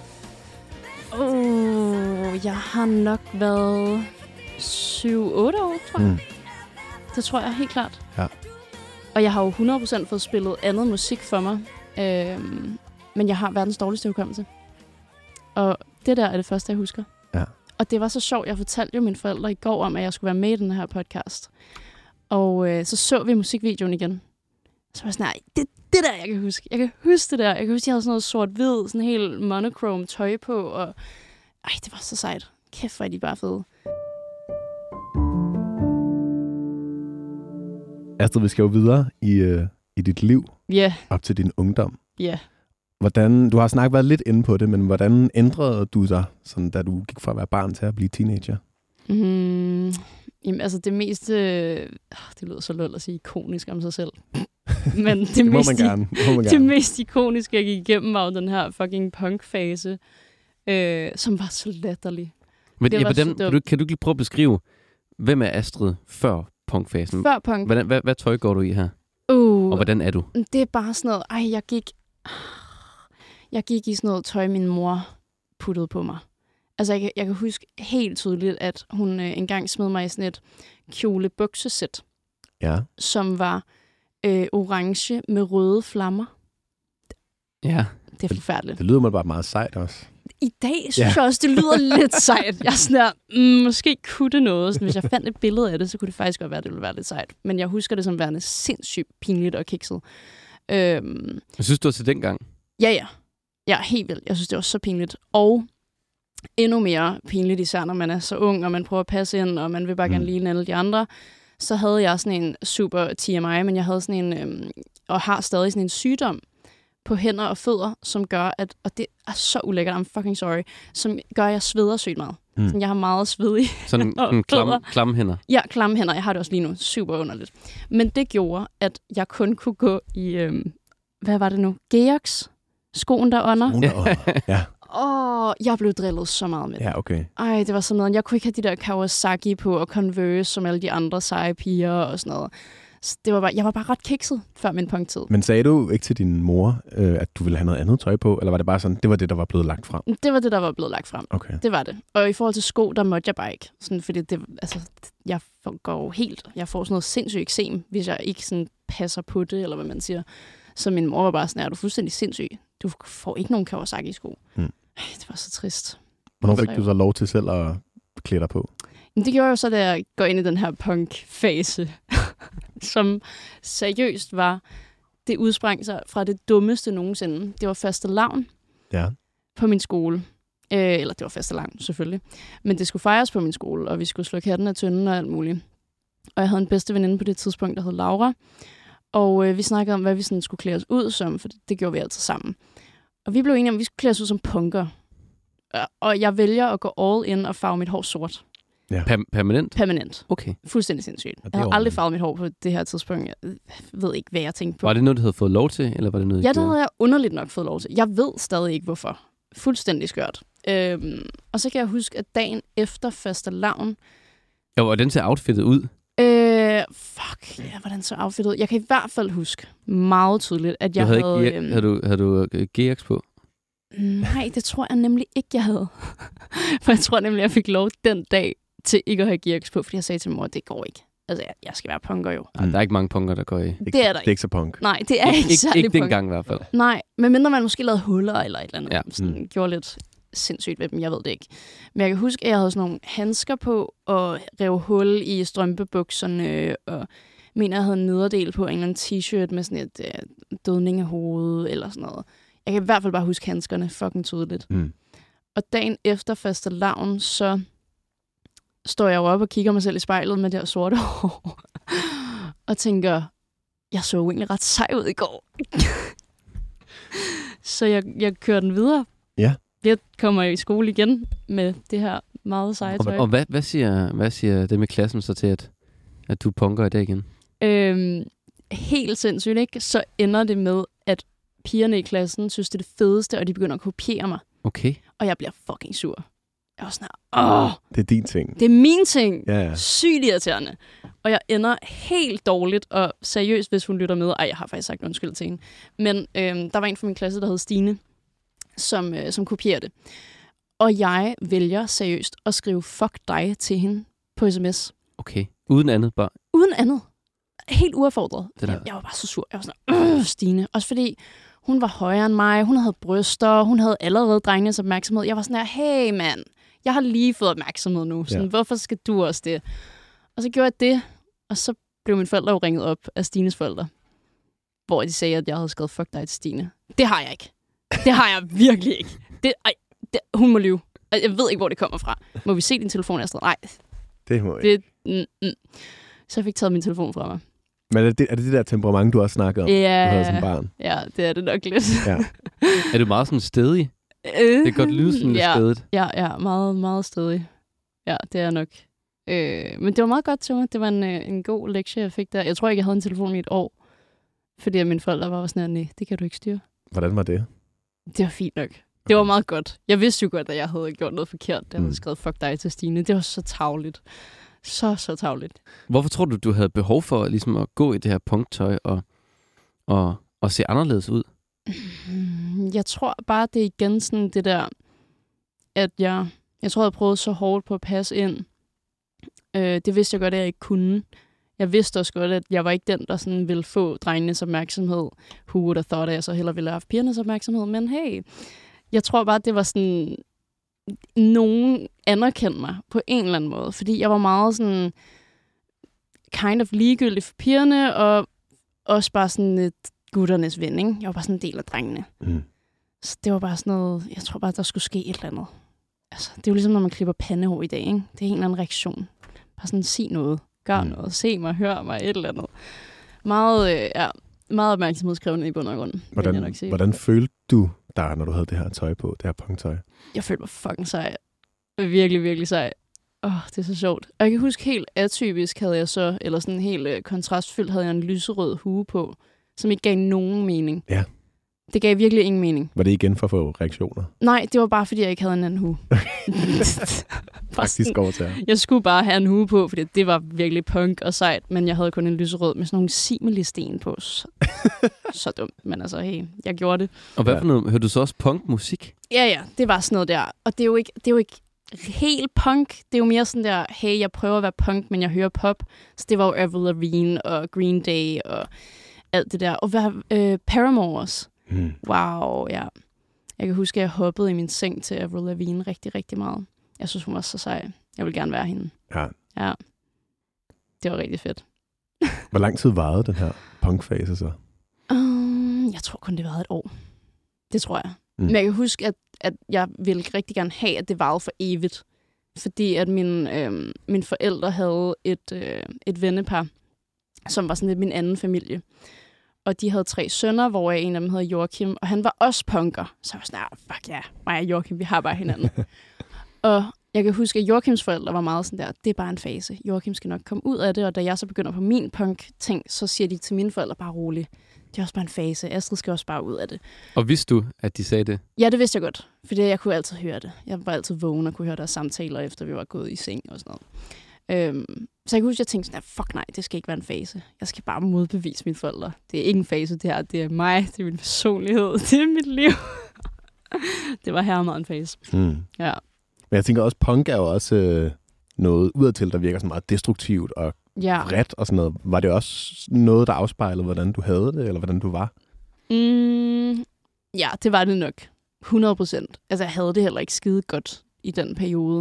Oh, jeg har nok været syv otte år, tror jeg. Mm. Det tror jeg helt klart. Ja. Og jeg har jo hundrede procent fået spillet andet musik for mig. Øhm, men jeg har verdens dårligste hukommelse. Og det der er det første, jeg husker. Ja. Og det var så sjovt. Jeg fortalte jo mine forældre i går om, at jeg skulle være med i den her podcast. Og øh, så så vi musikvideoen igen. Så var jeg sådan, nej, det det der, jeg kan huske. Jeg kan huske det der. Jeg kan huske, jeg havde sådan noget sort-hvid, sådan helt monochrome tøj på. Og ej, det var så sejt. Kæft, hvor er de bare fede. Astrid, vi skal jo videre i, øh, i dit liv. Ja, yeah. Op til din ungdom. ja. Yeah. Hvordan, du har snakket været lidt inde på det, men hvordan ændrede du dig, sådan, da du gik fra at være barn til at blive teenager? Mm, jamen, altså det mest... Øh, det lyder så lol at sige ikonisk om sig selv. Men det, Det må mest, man gerne. Det, må man det gerne. mest ikoniske, jeg gik igennem, var jo den her fucking punk-fase, øh, som var så latterlig. Men Det ja, var hvordan, så kan, dumt. du, kan du ikke lige prøve at beskrive, hvem er Astrid før punkfasen? Før punk. Hvordan, hvad, hvad tøj går du i her? Uh, Og hvordan er du? det er bare sådan noget... Ej, jeg gik... Jeg gik i sådan noget tøj, min mor puttede på mig. Altså, jeg, kan- jeg kan huske helt tydeligt, at hun øh, engang smed mig i sådan et kjole-buksesæt, Ja. som var øh, orange med røde flammer. Ja. Det er forfærdeligt. Det lyder mig bare meget sejt også. I dag synes Ja. jeg også, det lyder lidt sejt. Jeg er sådan her, mm, måske kunne det noget. Sådan, hvis jeg fandt et billede af det, så kunne det faktisk godt være, at det ville være lidt sejt. Men jeg husker det som værende sindssygt pinligt og kikset. Øhm, Jeg synes du også til dengang? ja, ja. Ja, helt vildt. Jeg synes, det var så pinligt. Og endnu mere pinligt, især når man er så ung, og man prøver at passe ind, og man vil bare gerne Mm. ligne alle de andre. Så havde jeg sådan en super T M I, men jeg havde sådan en, øhm, og har stadig sådan en sygdom på hænder og fødder, som gør, at, og det er så ulækkert, I'm fucking sorry, som gør, at jeg sveder sygt meget. Mm. Sådan, jeg har meget sved i. Sådan Og en klam, fødder. klamme hænder. Ja, klamme hænder. Jeg har det også lige nu. Super underligt. Men det gjorde, at jeg kun kunne gå i, øhm, hvad var det nu? Georgs? Skoen der under. Under, ja. Åh, jeg blev drillet så meget med det. Ja, okay. Ej, det var sådan noget. Jeg kunne ikke have de der Kawasaki på og Converse, som alle de andre seje piger og sådan noget. Så det var bare, jeg var bare ret kikset før min punktid. Men sagde du ikke til din mor, øh, at du ville have noget andet tøj på? Eller var det bare sådan, det var det, der var blevet lagt frem? Det var det, der var blevet lagt frem. Okay. Det var det. Og i forhold til sko, der måtte jeg bare ikke. Sådan, fordi det, altså, jeg går jo helt... Jeg får sådan noget sindssygt eksem, hvis jeg ikke sådan passer på det, eller hvad man siger. Så min mor var bare sådan, er du fuldstændig sindssyg? Du får ikke nogen Kawasaki-sko. Hmm. Ej, det var så trist. Hvornår fik du så lov til selv at klæde dig på? Men det gjorde jeg jo så, da jeg går ind i den her punk-fase, som seriøst var, det udsprang sig fra det dummeste nogensinde. Det var fastelavn Ja. på min skole. Øh, eller det var fastelavn, selvfølgelig. Men det skulle fejres på min skole, og vi skulle slå katten af tynden og alt muligt. Og jeg havde en bedste veninde på det tidspunkt, der hed Laura. Og øh, vi snakkede om, hvad vi sådan skulle klæde os ud som, for det, det gjorde vi altid sammen. Og vi blev enige om, at vi skulle klæde os ud som punker. Og- Og jeg vælger at gå all in og farve mit hår sort. Per- permanent? Permanent. Okay. Fuldstændig sindssygt. det er Jeg havde aldrig ordentligt. farvet mit hår på det her tidspunkt. Jeg ved ikke, hvad jeg tænkte på. Var det noget, du havde fået lov til, eller var det noget, Ja, I det gjorde? havde jeg underligt nok fået lov til. Jeg ved stadig ikke, hvorfor. Fuldstændig skørt. Øhm, og så kan jeg huske, at dagen efter fastelavn... Ja, og den ser outfittet ud. Øh, fuck, ja, hvordan så outfittet ud? Jeg kan i hvert fald huske meget tydeligt, at Du jeg havde, havde... ikke, havde du, havde du øh, G X på? Nej, det tror jeg nemlig ikke, jeg havde. For jeg tror nemlig, jeg fik lov den dag til ikke at have gearks på, fordi jeg sagde til min mor, det går ikke. Altså, jeg, jeg skal være punker jo. Mm. Der er ikke mange punker, der går i. Det er der ikke. Det er ikke så punk. Nej, det er ikke, ikke særlig Ikke punk. dengang i hvert fald. Nej, medmindre man måske lavede huller eller et eller andet. Ja. Sådan, Mm. gjorde lidt sindssygt ved dem, jeg ved det ikke. Men jeg kan huske, at jeg havde sådan nogle handsker på, og rev hul i strømpebukserne, og mener, jeg havde en nederdel på en eller anden t-shirt med sådan et øh, dødning af hovedet, eller sådan noget. Jeg kan i hvert fald bare huske handskerne fucking tydeligt. Mm. Og dagen efter fastelavn, så står jeg jo op og kigger mig selv i spejlet med det her sorte hår, og tænker, jeg så jo egentlig ret sej ud i går. Så jeg, jeg kører den videre. Ja. Jeg kommer i skole igen med det her meget seje tøj. Og, og hvad, hvad, siger, hvad siger det med klassen så til, at, at du punker i dag igen? Øhm, helt sindssygt, ikke? Så ender det med, at pigerne i klassen synes, det er det fedeste, og de begynder at kopiere mig. Okay. Og jeg bliver fucking sur. Jeg var sådan her, åh, Det er din ting. det er min ting. Ja, ja. Sygt irriterende. Og jeg ender helt dårligt, og seriøst, hvis hun lytter med. Ej, jeg har faktisk sagt undskyld til hende. Men øhm, der var en fra min klasse, der hed Stine, som, øh, som kopierede det. Og jeg vælger seriøst at skrive fuck dig til hende på sms. Okay. Uden andet bare. Uden andet. Helt uaffordret. Det der. Jeg, jeg var bare så sur. Jeg var sådan, øh, Stine. Også fordi hun var højere end mig. Hun havde bryster. Hun havde allerede drengenes opmærksomhed. Jeg var sådan her, hey mand, jeg har lige fået opmærksomhed nu. Sådan, Ja. hvorfor skal du også det? Og så gjorde jeg det. Og så blev mine forældre jo ringet op af Stines forældre. Hvor de sagde, at jeg havde skrevet fuck dig til Stine. Det har jeg ikke. Det har jeg virkelig ikke. Det, ej, det, hun må lyve. Jeg ved ikke, hvor det kommer fra. Må vi se din telefon? Jeg nej, Det må jeg. det, mm, mm. Så jeg fik taget min telefon fra mig. Men er det, er det det der temperament, du også snakkede om, Ja, du havde som barn? ja, det er det nok lidt. Ja. Er du meget sådan stedig? Det kan godt lyde sådan lidt ja, stedigt. ja, ja, meget, meget stedig. Ja, det er nok. Øh, men det var meget godt til mig. Det var en, øh, en god lektie, jeg fik der. Jeg tror ikke, jeg havde en telefon i et år. Fordi mine forældre var sådan, nej, det kan du ikke styre. Hvordan var det? Det var fint nok. Det var meget godt. Jeg vidste jo godt, at jeg havde gjort noget forkert, da jeg havde Mm. skrevet fuck dig til Stine. Det var så tarveligt. Så, så tarveligt. Hvorfor tror du, du havde behov for ligesom at gå i det her punktøj og, og, og se anderledes ud? Jeg tror bare, det er igen sådan det der, at jeg, jeg tror, jeg prøvede så hårdt på at passe ind. Øh, det vidste jeg godt, at jeg ikke kunne. Jeg vidste også godt, at jeg var ikke den, der sådan ville få drengenes opmærksomhed. Who would have thought, at jeg så hellere ville have haft pigernes opmærksomhed. Men hey, jeg tror bare, det var sådan, nogen anerkendte mig på en eller anden måde. Fordi jeg var meget sådan kind of ligegyldig for pigerne, og også bare sådan et gutternes ven, ikke? Jeg var bare sådan en del af drengene. Mm. Så det var bare sådan noget, jeg tror bare, der skulle ske et eller andet. Altså, det er jo ligesom, når man klipper pandehår i dag, ikke? Det er en eller anden reaktion. Bare sådan, sig noget, gør Mm. noget, se mig, hør mig, et eller andet. Meget, øh, ja, meget opmærksomhedskrævende i bund og grund, vil jeg Hvordan, nok sige. hvordan følte du dig, når du havde det her tøj på, det her punktøj? Jeg følte mig fucking sej. Virkelig, virkelig sej. Åh, oh, det er så sjovt. Og jeg kan huske, helt atypisk havde jeg så, eller sådan helt øh, kontrastfyldt, havde jeg en lyserød hue på, som ikke gav nogen mening. Ja. Det gav virkelig ingen mening. Var det igen for at få reaktioner? Nej, det var bare, fordi jeg ikke havde en anden hue. Faktisk overtager. Jeg skulle bare have en hue på, fordi det var virkelig punk og sejt, men jeg havde kun en lyserød med sådan nogle simili-sten på. Så, så dumt, men altså, hey, jeg gjorde det. Og hvad Ja. for noget? Hørte du så også punkmusik? Ja, ja, det var sådan noget der. Og det er jo ikke, det er jo ikke helt punk. Det er jo mere sådan der, hey, jeg prøver at være punk, men jeg hører pop. Så det var jo Avril Lavigne og Green Day og alt det der. Og hvad, øh, Paramore også. Mm. Wow, ja. Jeg kan huske, at jeg hoppede i min seng til Avril Lavigne rigtig, rigtig meget. Jeg synes, hun var så sej. Jeg vil gerne være hende. Ja. Ja. Det var rigtig fedt. Hvor lang tid varede den her punkfase så? Um, jeg tror kun, det varede et år. Det tror jeg. Mm. Mm. Men jeg kan huske, at, at jeg ville rigtig gerne have, at det varede for evigt. Fordi at min, øh, mine forældre havde et, øh, et vennepar, som var sådan lidt min anden familie. Og de havde tre sønner, hvor en af dem hed Joachim, og han var også punker. Så jeg var sådan, ah, fuck ja, yeah, mig og Joachim, vi har bare hinanden. Og jeg kan huske, at Joachims forældre var meget sådan der, det er bare en fase. Joachim skal nok komme ud af det, og da jeg så begynder på min punk-ting, så siger de til mine forældre bare roligt, det er også bare en fase. Astrid skal også bare ud af det. Og vidste du, at de sagde det? Ja, det vidste jeg godt, fordi jeg kunne altid høre det. Jeg var altid vågen og kunne høre deres samtaler, efter vi var gået i seng og sådan noget. Øhm, så jeg kan huske, at jeg tænkte sådan, fuck nej, det skal ikke være en fase. Jeg skal bare modbevise mine forældre. Det er ikke en fase, det her. Det er mig, det er min personlighed, det er mit liv. Det var her meget en fase. Mm. Ja. Men jeg tænker også, punk er jo også øh, noget udadtil, der virker så meget destruktivt og Ja. vredt og sådan noget. Var det også noget, der afspejlede, hvordan du havde det, eller hvordan du var? Mm, ja, det var det nok. hundrede procent. Altså, jeg havde det heller ikke skide godt i den periode.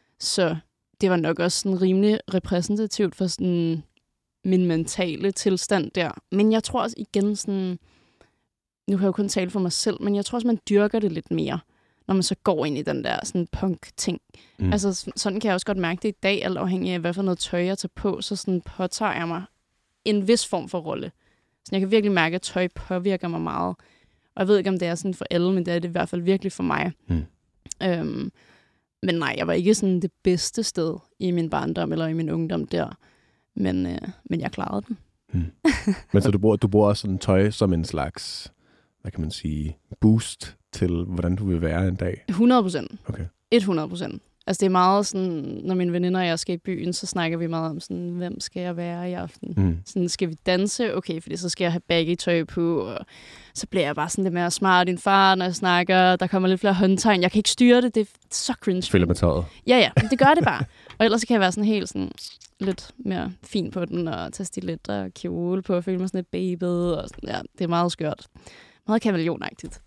Så det var nok også sådan rimelig repræsentativt for sådan min mentale tilstand der. Men jeg tror også igen sådan... Nu kan jeg jo kun tale for mig selv, men jeg tror også, man dyrker det lidt mere, når man så går ind i den der sådan punk-ting. Mm. Altså, sådan kan jeg også godt mærke det i dag, alt afhængig af, hvad for noget tøj jeg tager på, så sådan påtager jeg mig en vis form for rolle. Så jeg kan virkelig mærke, at tøj påvirker mig meget. Og jeg ved ikke, om det er sådan for alle, men det er det i hvert fald virkelig for mig. Mm. Øhm, men nej, jeg var ikke sådan det bedste sted i min barndom eller i min ungdom der. Men, øh, men jeg klarede den. Mm. Men så du bruger, du bruger også sådan tøj som en slags, hvad kan man sige, boost til, hvordan du vil være en dag? hundrede procent. Okay. hundrede procent. Altså det er meget sådan, når mine veninder og jeg skal i byen, så snakker vi meget om sådan, hvem skal jeg være i aften? Mm. Sådan, skal vi danse? Okay, fordi så skal jeg have baggy tøj på, og så bliver jeg bare sådan lidt mere smart din far, når jeg snakker. Der kommer lidt flere håndtegn. Jeg kan ikke styre det. Det er så cringe. Følger med tøjet. Ja, ja. Det gør det bare. Og ellers kan jeg være sådan helt sådan, lidt mere fin på den, og tage stilet og kjole på, og føle mig sådan lidt babyet. Og sådan, ja, det er meget skørt. Meget kameleonagtigt.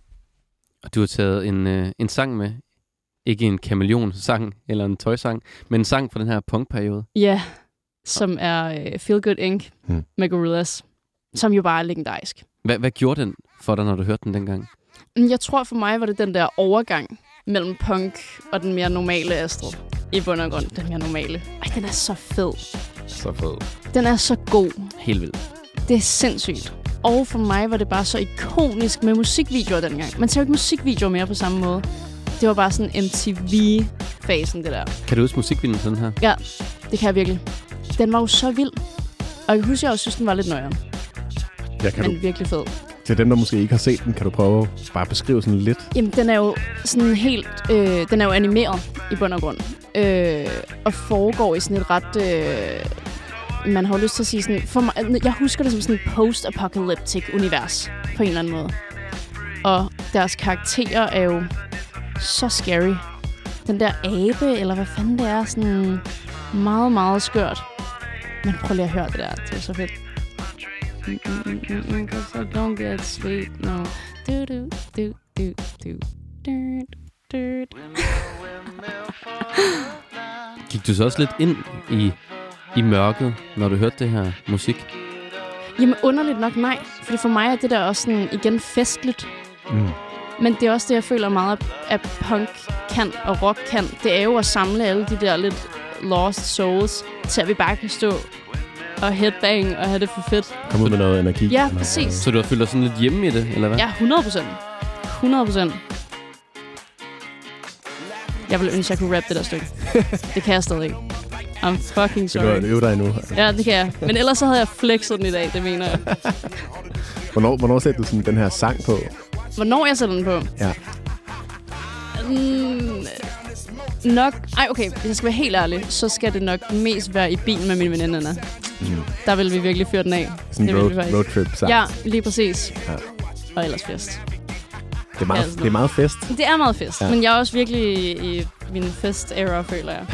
Og du har taget en, øh, en sang med. Ikke en kameleon-sang eller en tøjsang, men en sang fra den her punkperiode. Ja, som er uh, Feel Good Incorporated hmm. med Gorillaz, som jo bare er legendarisk. Hvad, hvad gjorde den for dig, når du hørte den dengang? Jeg tror for mig var det den der overgang mellem punk og den mere normale Astrid. I bund og grund, den mere normale. Ej, den er så fed. Så fed. Den er så god. Helt vildt. Det er sindssygt. Og for mig var det bare så ikonisk med musikvideoer dengang. Man ser jo ikke musikvideoer mere på samme måde. Det var bare sådan M T V-fasen, det der. Kan du huske musikvideoen sådan her? Ja, det kan jeg virkelig. Den var jo så vild. Og jeg husker, jeg også synes, den var lidt nøjere. Ja, kan men du... virkelig fed. Til dem, der måske ikke har set den, kan du prøve bare at beskrive sådan lidt? Jamen, den er jo sådan helt... Øh, den er jo animeret i bund og grund. Øh, og foregår i sådan et ret... Øh, man har jo lyst til at sige sådan... For mig, jeg husker det som sådan et post-apocalyptic univers, på en eller anden måde. Og deres karakterer er jo så scary. Den der abe, eller hvad fanden det er, sådan meget, meget skørt. Men prøv lige at høre det der. Det er så fedt. Cause I don't get sleep, no. Do, do, do, do, do. Do, do. Gik du så også lidt ind i, i mørket, når du hørte det her musik? Jamen underligt nok nej. Fordi for mig er det der også sådan igen festligt. Mm. Men det er også det, jeg føler meget, at punk kan og rock kan. Det er jo at samle alle de der lidt lost souls, til at vi bare kan stå og headbang og have det for fedt. Kom ud med noget energi. Ja, præcis. Så du har følt dig sådan lidt hjemme i det, eller hvad? Ja, hundrede procent. hundrede procent. Jeg ville ønske, jeg kunne rappe det der stykke. Det kan jeg stadig ikke. I'm fucking sorry. Du kan øve dig nu. Ja, det kan jeg. Men ellers så havde jeg flexet den i dag, det mener jeg. Hvornår, hvornår sætter du sådan den her sang på? Hvornår jeg sætter den på? Ja. Mm, nok... Ej, okay. Hvis jeg skal være helt ærlig, så skal det nok mest være i bilen med mine veninder. Mm. Der vil vi virkelig fyre den af. Sådan en road, roadtrip-sang. Ja, lige præcis. Ja. Og ellers fest. Det er meget, ja, det er meget fest. Det er meget fest. Ja. Men jeg er også virkelig i, i min fest-era, føler jeg.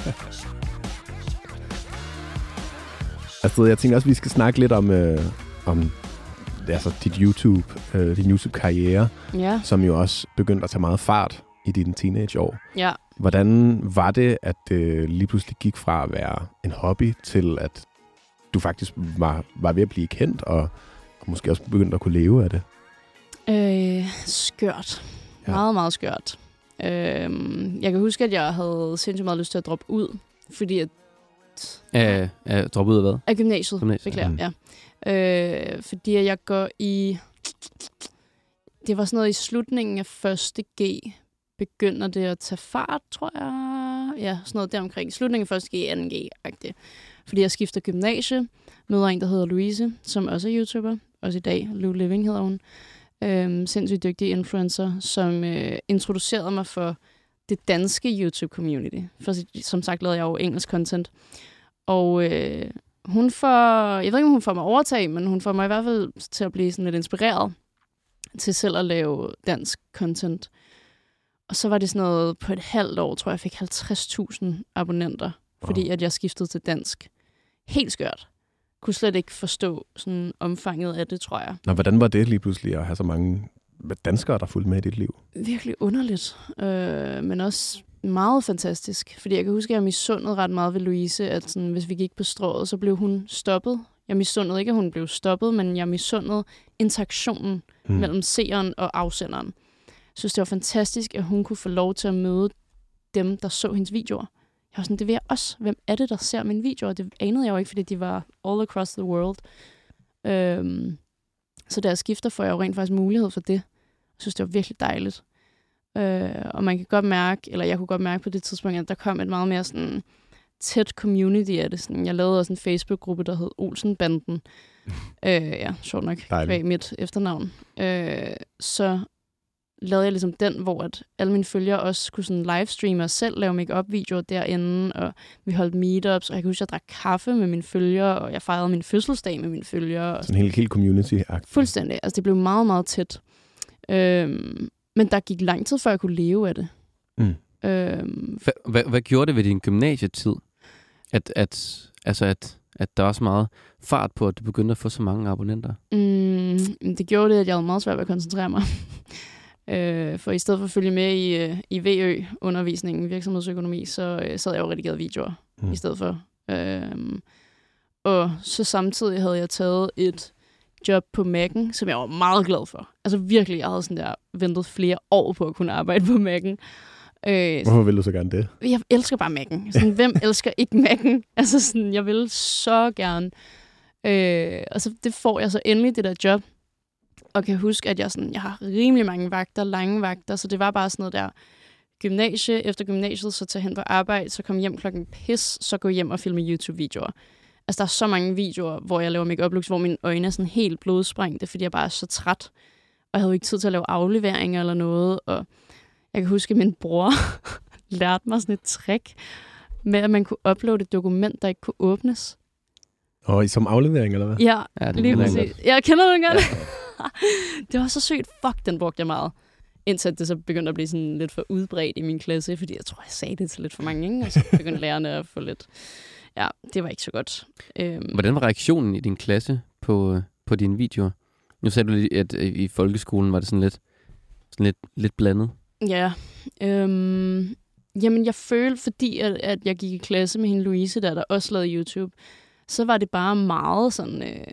Altså, jeg tænker også, at vi skal snakke lidt om, øh, om altså, dit YouTube, øh, din YouTube-karriere, ja. Som jo også begyndte at tage meget fart i dine teenageår. Ja. Hvordan var det, at det øh, lige pludselig gik fra at være en hobby til, at du faktisk var, var ved at blive kendt, og, og måske også begyndte at kunne leve af det? Øh, skørt. Ja. Meget, meget skørt. Øh, jeg kan huske, at jeg havde sindssygt meget lyst til at droppe ud, fordi at... Af, af droppe ud af hvad? Af gymnasiet, gymnasiet. Beklager, mm. ja. Øh, fordi at jeg går i... Det var sådan noget i slutningen af første G, begynder det at tage fart, tror jeg. Ja, sådan noget deromkring. Slutningen af første G, anden G-agtigt. Fordi jeg skifter gymnasie, møder en, der hedder Louise, som også er YouTuber. Også i dag. Lou Living hedder hun. Øhm, sindssygt dygtig influencer, som øh, introducerede mig for det danske YouTube-community. For som sagt lavede jeg jo engelsk content. Og øh, hun får... Jeg ved ikke, om hun får mig overtag, men hun får mig i hvert fald til at blive sådan lidt inspireret til selv at lave dansk content. Og så var det sådan noget på et halvt år, tror jeg, jeg fik halvtreds tusind abonnenter, fordi at jeg skiftede til dansk helt skørt. Kunne slet ikke forstå sådan omfanget af det, tror jeg. Nå, hvordan var det lige pludselig at have så mange danskere, der fulgte med i dit liv? Virkelig underligt, øh, men også meget fantastisk. Fordi jeg kan huske, at jeg misundede ret meget ved Louise, at sådan, hvis vi gik på Strået, så blev hun stoppet. Jeg misundede ikke, at hun blev stoppet, men jeg misundede interaktionen hmm. mellem seeren og afsenderen. Jeg synes, det var fantastisk, at hun kunne få lov til at møde dem, der så hendes videoer. Jeg var sådan, det vil jeg også. Hvem er det, der ser mine videoer? Det anede jeg jo ikke, fordi de var all across the world. Øhm, så da jeg skifter, får jeg jo rent faktisk mulighed for det. Jeg synes, det var virkelig dejligt. Øh, og man kan godt mærke, eller jeg kunne godt mærke på det tidspunkt, at der kom et meget mere sådan tæt community af det. Sådan, jeg lavede også en Facebook-gruppe, der hed Olsenbanden. øh, ja, sjovt nok. Kvæg mit efternavn. Øh, så lavede jeg ligesom den, hvor at alle mine følgere også kunne sådan livestreame og selv lave make-up-videoer derinde, og vi holdt meetups, og jeg kan huske, at jeg drak kaffe med mine følgere, og jeg fejrede min fødselsdag med mine følgere. Sådan en helt, helt community-agtigt. Fuldstændig. Altså, det blev meget, meget tæt. Øhm, men der gik lang tid, før jeg kunne leve af det. Mm. Øhm, hvad, hvad gjorde det ved din gymnasietid? At, at, altså at, at der var så meget fart på, at du begyndte at få så mange abonnenter? Mm, det gjorde det, at jeg havde meget svært ved at koncentrere mig. øh, for i stedet for at følge med i, i V Ø-undervisningen, virksomhedsøkonomi, så øh, sad jeg jo redigeret videoer mm. i stedet for. Øh, og så samtidig havde jeg taget et job på Mac'en, som jeg var meget glad for. Altså virkelig, jeg havde sådan der ventet flere år på at kunne arbejde på Mac'en. Øh, Hvorfor vil du så gerne det? Jeg elsker bare Mac'en. Sådan, hvem elsker ikke Mac'en? Altså sådan, jeg vil så gerne. Øh, og så det får jeg så endelig, det der job. Og kan huske, at jeg, sådan, jeg har rimelig mange vagter, lange vagter, så det var bare sådan noget der gymnasie. Efter gymnasiet, så tage hen på arbejde, så kom hjem klokken pis, så gå hjem og filme YouTube-videoer. Altså, der er så mange videoer, hvor jeg laver make-up looks, hvor mine øjne er sådan helt blodsprængte, fordi jeg bare er så træt. Og jeg havde jo ikke tid til at lave afleveringer eller noget. Og jeg kan huske, at min bror lærte mig sådan et trick med, at man kunne uploade et dokument, der ikke kunne åbnes. Og som aflevering, eller hvad? Ja, ja det lige præcis. Jeg kender den godt. Ja. Det var så sygt. Fuck, den brugte jeg meget. Indtil det så begyndte at blive sådan lidt for udbredt i min klasse, fordi jeg tror, jeg sagde det til lidt for mange, ikke? Og så begyndte lærerne at få lidt... Ja, det var ikke så godt. Øhm. Hvordan var reaktionen i din klasse på, på dine videoer? Nu sagde du lige, at i folkeskolen var det sådan lidt, sådan lidt, lidt blandet. Ja. Øhm, jamen, jeg følte, fordi at, at jeg gik i klasse med hende Louise, der, der også lavede YouTube, så var det bare meget sådan... Øh,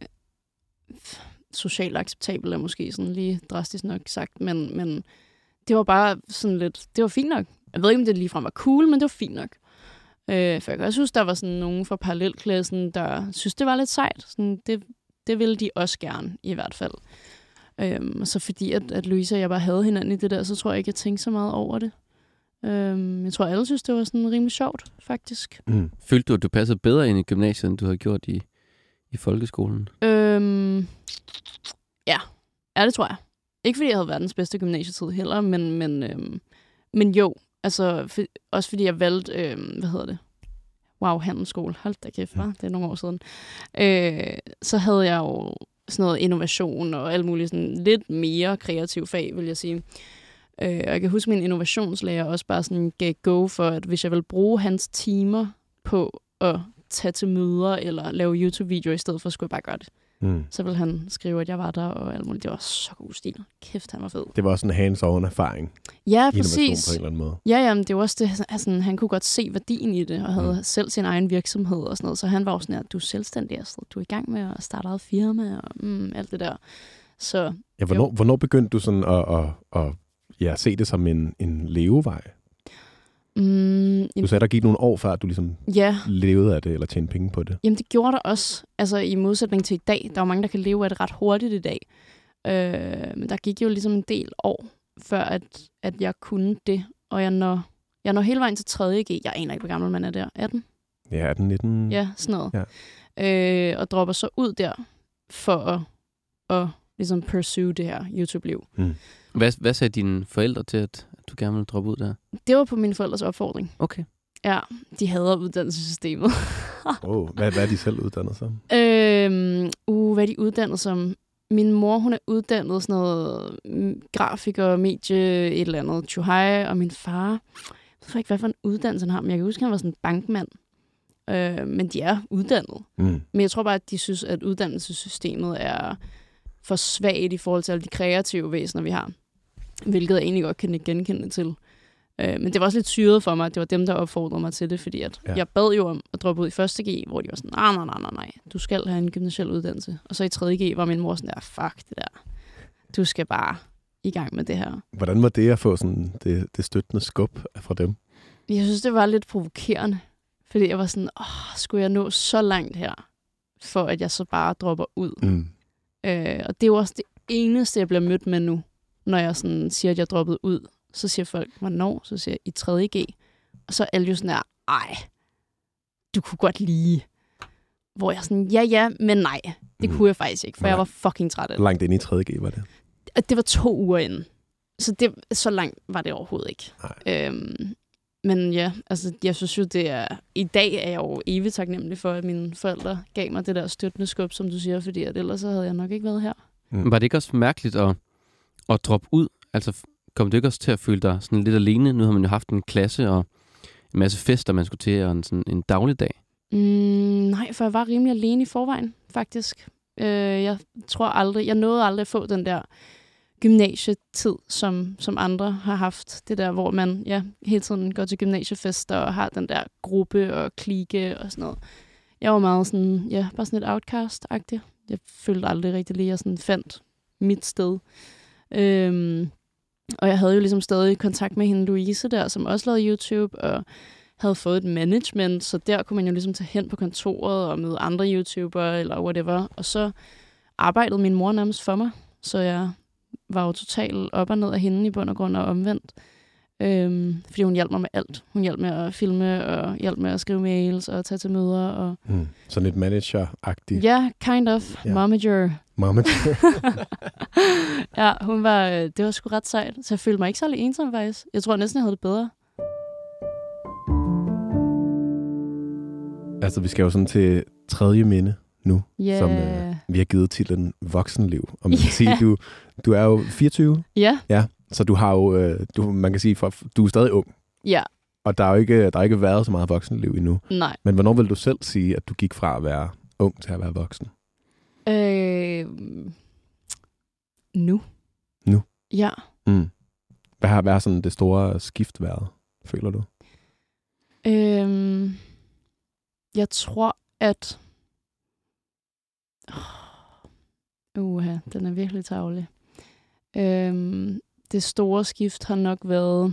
socialt acceptabelt er måske sådan lige drastisk nok sagt, men, men det var bare sådan lidt... Det var fint nok. Jeg ved ikke, om det ligefrem var cool, men det var fint nok. Øh, for jeg kan også huske, der var sådan nogen fra parallelklassen, der synes, det var lidt sejt. Sådan, det, det ville de også gerne, i hvert fald. Øhm, så fordi, at, at Louise og jeg bare havde hinanden i det der, så tror jeg ikke, jeg tænkte så meget over det. Øhm, jeg tror, alle synes, det var sådan rimelig sjovt, faktisk. Mm. Følte du, at du passede bedre ind i gymnasiet, end du havde gjort i, i folkeskolen? Øhm, ja. ja, det tror jeg. Ikke fordi jeg havde verdens bedste gymnasietid heller, men, men, øhm, men jo. Altså, for, også fordi jeg valgte, øhm, hvad hedder det? Wow, handelsskole. Hold da kæft, hva? Det er nogle år siden. Øh, så havde jeg jo sådan noget innovation og alt muligt sådan lidt mere kreativ fag, vil jeg sige. Øh, og jeg kan huske, min innovationslærer også bare sådan gav go for, at hvis jeg ville bruge hans timer på at tage til møder eller lave YouTube-videoer i stedet for, skulle jeg bare gøre det. Mm. Så ville han skrive, at jeg var der og alt muligt. Det var så god stil. Kæft, han var fed. Det var også en hands-on erfaring. Ja, præcis. På en eller anden måde. Ja, jamen, det var også det. Altså, han kunne godt se værdien i det, og havde mm. selv sin egen virksomhed og sådan noget. Så han var også sådan, at du er selvstændig, altså, du er i gang med at starte eget firma og mm, alt det der. Så, ja, hvornår, hvornår begyndte du sådan at, at, at ja, se det som en, en levevej? Mm, du sagde, der gik nogle år før, at du ligesom ja. levede af det, eller tjente penge på det. Jamen, det gjorde der også. Altså, i modsætning til i dag. Der er mange, der kan leve af det ret hurtigt i dag. Øh, men der gik jo ligesom en del år, før at, at jeg kunne det. Og jeg når, jeg når hele vejen til tredje G. Jeg aner ikke, hvor gammel man er der. atten? Ja, atten nitten. Ja, sådan noget. Ja. Øh, og dropper så ud der, for at, at ligesom pursue det her YouTube-liv. Mm. Hvad, hvad sagde dine forældre til, at du gerne ville droppe ud der? Det var på mine forældres opfordring. Okay. Ja, de hader uddannelsessystemet. oh, hvad, hvad er de selv uddannet som? Øhm, uh, hvad er de uddannet som? Min mor, hun er uddannet sådan noget grafiker, medie, et eller andet, Chuhai, og min far, jeg ved ikke, hvad for en uddannelse han har, men jeg kan huske, han var sådan en bankmand. øh, men de er uddannet. Mm. Men jeg tror bare, at de synes, at uddannelsessystemet er for svagt i forhold til alle de kreative væsener, vi har. Hvilket jeg egentlig godt kan genkende til. Øh, men det var også lidt syret for mig, at det var dem, der opfordrede mig til det, fordi at Ja. jeg bad jo om at droppe ud i første G, hvor de var sådan, nej, nej, nej, nej, nej, du skal have en gymnasial uddannelse. Og så i tredje G var min mor sådan der, fuck det der. Du skal bare i gang med det her. Hvordan var det at få sådan det, det støttende skub fra dem? Jeg synes, det var lidt provokerende, fordi jeg var sådan, åh, skulle jeg nå så langt her, for at jeg så bare dropper ud. Mm. Øh, og det er jo også det eneste, jeg bliver mødt med nu, når jeg sådan siger, at jeg er droppet ud. Så siger folk, hvornår? Så siger jeg, i tredje G. Og så er alle jo sådan her, ej, du kunne godt lige. Hvor jeg sådan, ja, ja, men nej. Det Mm. kunne jeg faktisk ikke, for Nej. jeg var fucking træt af Hvor det. langt ind i tredje G var det? At det var to uger inden. Så det, så langt var det overhovedet ikke. Øhm, men ja, altså, jeg synes jo, det er... I dag er jeg jo evigt taknemmelig for, at mine forældre gav mig det der støttende skub, som du siger, fordi at ellers så havde jeg nok ikke været her. Mm. Var det ikke også mærkeligt at, at droppe ud? Altså, kom du ikke også til at føle dig sådan lidt alene? Nu har man jo haft en klasse og en masse fester, man skulle til, og en, sådan en dagligdag. Mm, nej, for jeg var rimelig alene i forvejen, faktisk. Øh, jeg tror aldrig... Jeg nåede aldrig at få den der gymnasietid, som, som andre har haft. Det der, hvor man ja, hele tiden går til gymnasiefester og har den der gruppe og klike og sådan noget. Jeg var meget sådan, ja, bare sådan et outcast-agtig. Jeg følte aldrig rigtig lige, at jeg sådan fandt mit sted. Øhm, og jeg havde jo ligesom stadig kontakt med hende Louise der, som også lavede YouTube, og havde fået et management, så der kunne man jo ligesom tage hen på kontoret og møde andre YouTubere eller whatever. Og så arbejdede min mor nærmest for mig, så jeg var jo totalt op og ned af hende i bund og grund og omvendt. Øhm, fordi hun hjalp mig med alt. Hun hjalp med at filme og hjalp med at skrive mails og tage til møder. Og Mm. Sådan et manager-agtigt. ja, yeah, kind of. Ja. Momager. Momager. Ja, hun var, det var sgu ret sejt. Så jeg følte mig ikke særlig ensom faktisk. Jeg tror næsten, jeg havde det bedre. Altså, vi skal jo sådan til tredje minde nu, Yeah. som øh, vi har givet titlen Voksenliv. Og man kan Ja. sige, du, du er jo fireogtyve, Ja, så du har jo, øh, du, man kan sige, for, du er stadig ung. ja, Og der har jo ikke, der har ikke været så meget voksenliv endnu. nej. Men hvornår vil du selv sige, at du gik fra at være ung til at være voksen? Øh, nu. Nu? Ja. Mm. Hvad har været sådan det store skift været, føler du? Øhm, jeg tror, at... Uha, den er virkelig tarvelig. Øhm, det store skift har nok været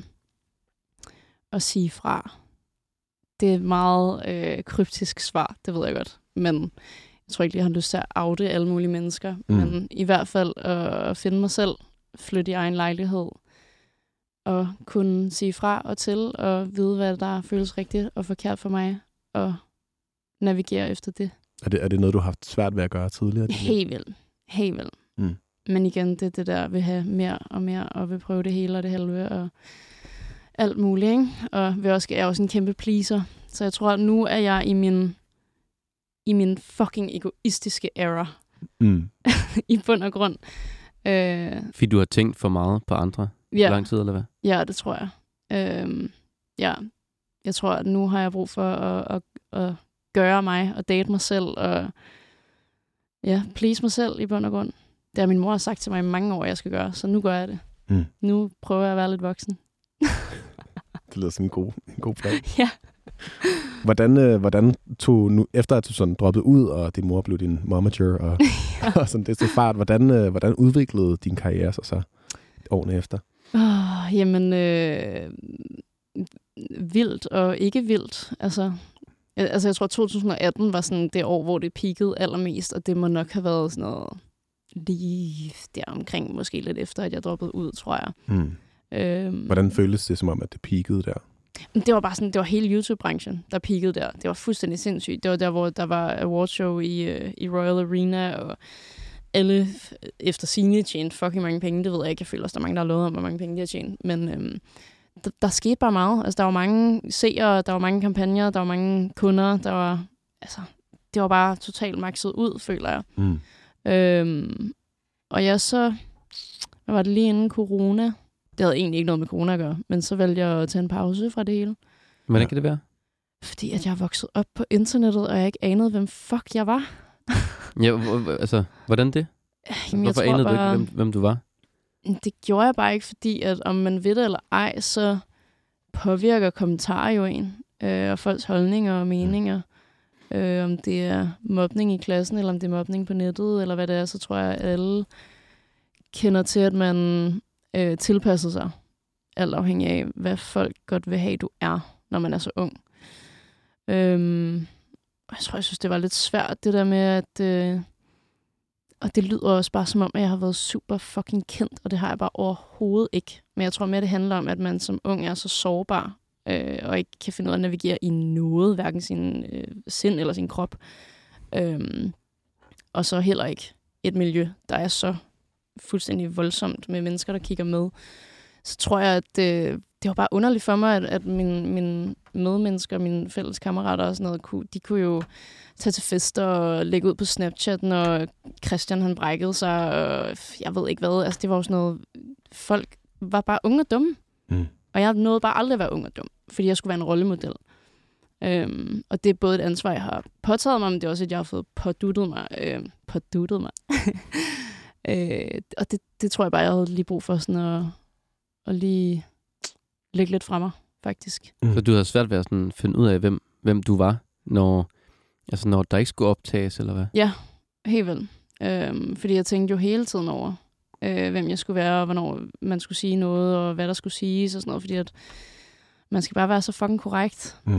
at sige fra. Det er et meget øh, kryptisk svar, det ved jeg godt. Men jeg tror ikke, jeg har lyst til at oute alle mulige mennesker. Mm. Men i hvert fald øh, at finde mig selv, flytte i egen lejlighed, og kunne sige fra og til, og vide, hvad der føles rigtigt og forkert for mig, og navigere efter det. Er det, er det noget, du har haft svært ved at gøre tidligere? Helt vildt. Helt vildt. Mm. Men igen, det er det der, vil have mere og mere, og vil prøve det hele og det halve, og alt muligt, ikke? Og vil også, jeg er også en kæmpe pleaser. Så jeg tror, at nu er jeg i min, i min fucking egoistiske era, Mm. i bund og grund. Øh, Fordi du har tænkt for meget på andre i ja. lang tid, eller hvad? Ja, det tror jeg. Øhm, ja, jeg tror, at nu har jeg brug for at, at, at gøre mig og date mig selv og ja, please mig selv i bund og grund. Det har min mor sagt til mig i mange år, jeg skal gøre, så nu gør jeg det. Mm. Nu prøver jeg at være lidt voksen. Det lyder som en god, en god plan. Ja. Hvordan, øh, hvordan tog nu, efter at du sådan droppede ud, og din mor blev din momager, og, og sådan det til fart, hvordan, øh, hvordan udviklede din karriere sig så årene efter? Oh, jamen, øh, vildt og ikke vildt. Altså, jeg, altså, jeg tror, to tusind atten var sådan det år, hvor det peakede allermest, og det må nok have været sådan noget lige der omkring, måske lidt efter, at jeg droppede ud, tror jeg. Mm. Øhm, Hvordan føltes det som om, at det peakede der? Det var bare sådan, det var hele YouTube-branchen, der peakede der. Det var fuldstændig sindssygt. Det var der, hvor der var awardshow i, uh, i Royal Arena, og alle efter sigende tjente fucking mange penge. Det ved jeg ikke. Jeg føler også, der er mange, der har lovet om, hvor mange penge de har tjent. Men øhm, der, der skete bare meget. Altså, der var mange seere, der var mange kampagner, der var mange kunder. Der var, altså, det var bare totalt makset ud, føler jeg. Mm. Øhm, og jeg så, hvad var det lige inden corona? Det havde egentlig ikke noget med corona at gøre, men så valgte jeg at tage en pause fra det hele. Hvordan Ja. kan det være? Fordi at jeg er vokset op på internettet, og jeg ikke anede, hvem fuck jeg var. Ja, h- altså, hvordan det? Jamen, Hvorfor jeg tror anede bare, du ikke, hvem, hvem du var? Det gjorde jeg bare ikke, fordi at om man ved det eller ej, så påvirker kommentarer jo en, øh, og folks holdninger og meninger. Øh, om det er mobning i klassen, eller om det er mobning på nettet, eller hvad det er, så tror jeg, at alle kender til, at man øh, tilpasser sig. Alt afhængig af, hvad folk godt vil have, du er, når man er så ung. Øhm, jeg tror, jeg synes, det var lidt svært, det der med, at... Øh, og det lyder også bare som om, at jeg har været super fucking kendt, og det har jeg bare overhovedet ikke. Men jeg tror mere, det handler om, at man som ung er så sårbar, øh, og ikke kan finde ud af at navigere i noget, hverken sin øh, sind eller sin krop. Øhm, og så heller ikke et miljø, der er så fuldstændig voldsomt med mennesker, der kigger med. Så tror jeg, at øh, det var bare underligt for mig, at, at mine, mine medmennesker, mine fælles kammerater og sådan noget, kunne, de kunne jo tage til fester og lægge ud på Snapchat, når Christian han brækkede sig, og jeg ved ikke hvad. Altså, det var jo sådan noget... Folk var bare unge og dumme. Mm. Og jeg nåede bare aldrig at være ung og dum, fordi jeg skulle være en rollemodel. Øhm, og det er både et ansvar, jeg har påtaget mig, men det er også et, jeg har fået påduttet mig. Øh, påduttet mig. øh, og det, det tror jeg bare, jeg havde lige brug for sådan at, at lige lægge lidt fra mig, faktisk. Mm. Så du havde svært ved at sådan finde ud af, hvem, hvem du var, når, altså når der ikke skulle optages, eller hvad? Ja, helt vel. Øhm, fordi jeg tænkte jo hele tiden over, øh, hvem jeg skulle være, og hvornår man skulle sige noget, og hvad der skulle siges, og sådan noget, fordi at man skal bare være så fucking korrekt. Mm.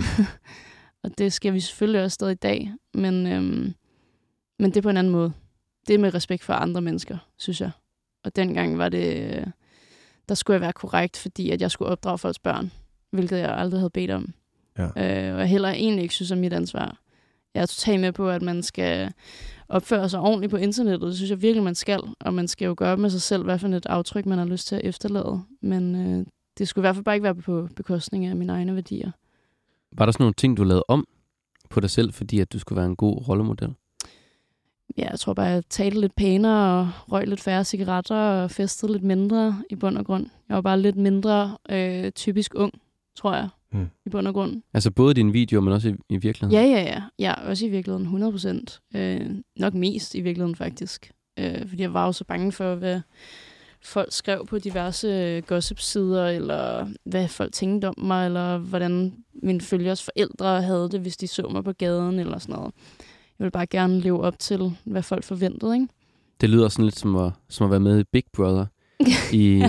Og det skal vi selvfølgelig også stadig i dag, men, øhm, men det er på en anden måde. Det er med respekt for andre mennesker, synes jeg. Og dengang var det, der skulle jeg være korrekt, fordi at jeg skulle opdrage folks børn, hvilket jeg aldrig havde bedt om. Ja. Øh, og jeg heller egentlig ikke synes, det er mit ansvar. Jeg er totalt med på, at man skal opføre sig ordentligt på internettet. Det synes jeg virkelig, man skal. Og man skal jo gøre med sig selv, hvad for et aftryk, man har lyst til at efterlade. Men øh, det skulle i hvert fald bare ikke være på bekostning af mine egne værdier. Var der sådan nogle ting, du lavede om på dig selv, fordi at du skulle være en god rollemodel? Ja, jeg tror bare, jeg talte lidt pænere og røg lidt færre cigaretter og festede lidt mindre i bund og grund. Jeg var bare lidt mindre øh, typisk ung, tror jeg, mm. i bund og grund. Altså både dine videoer, men også i, i virkeligheden? Ja, ja, ja. Ja, også i virkeligheden hundrede procent. Øh, nok mest i virkeligheden faktisk. Øh, fordi jeg var jo så bange for, hvad folk skrev på diverse gossip-sider, eller hvad folk tænkte om mig, eller hvordan mine følgers forældre havde det, hvis de så mig på gaden, eller sådan noget. Jeg vil bare gerne leve op til, hvad folk forventede, ikke? Det lyder sådan lidt som at, som at være med i Big Brother i,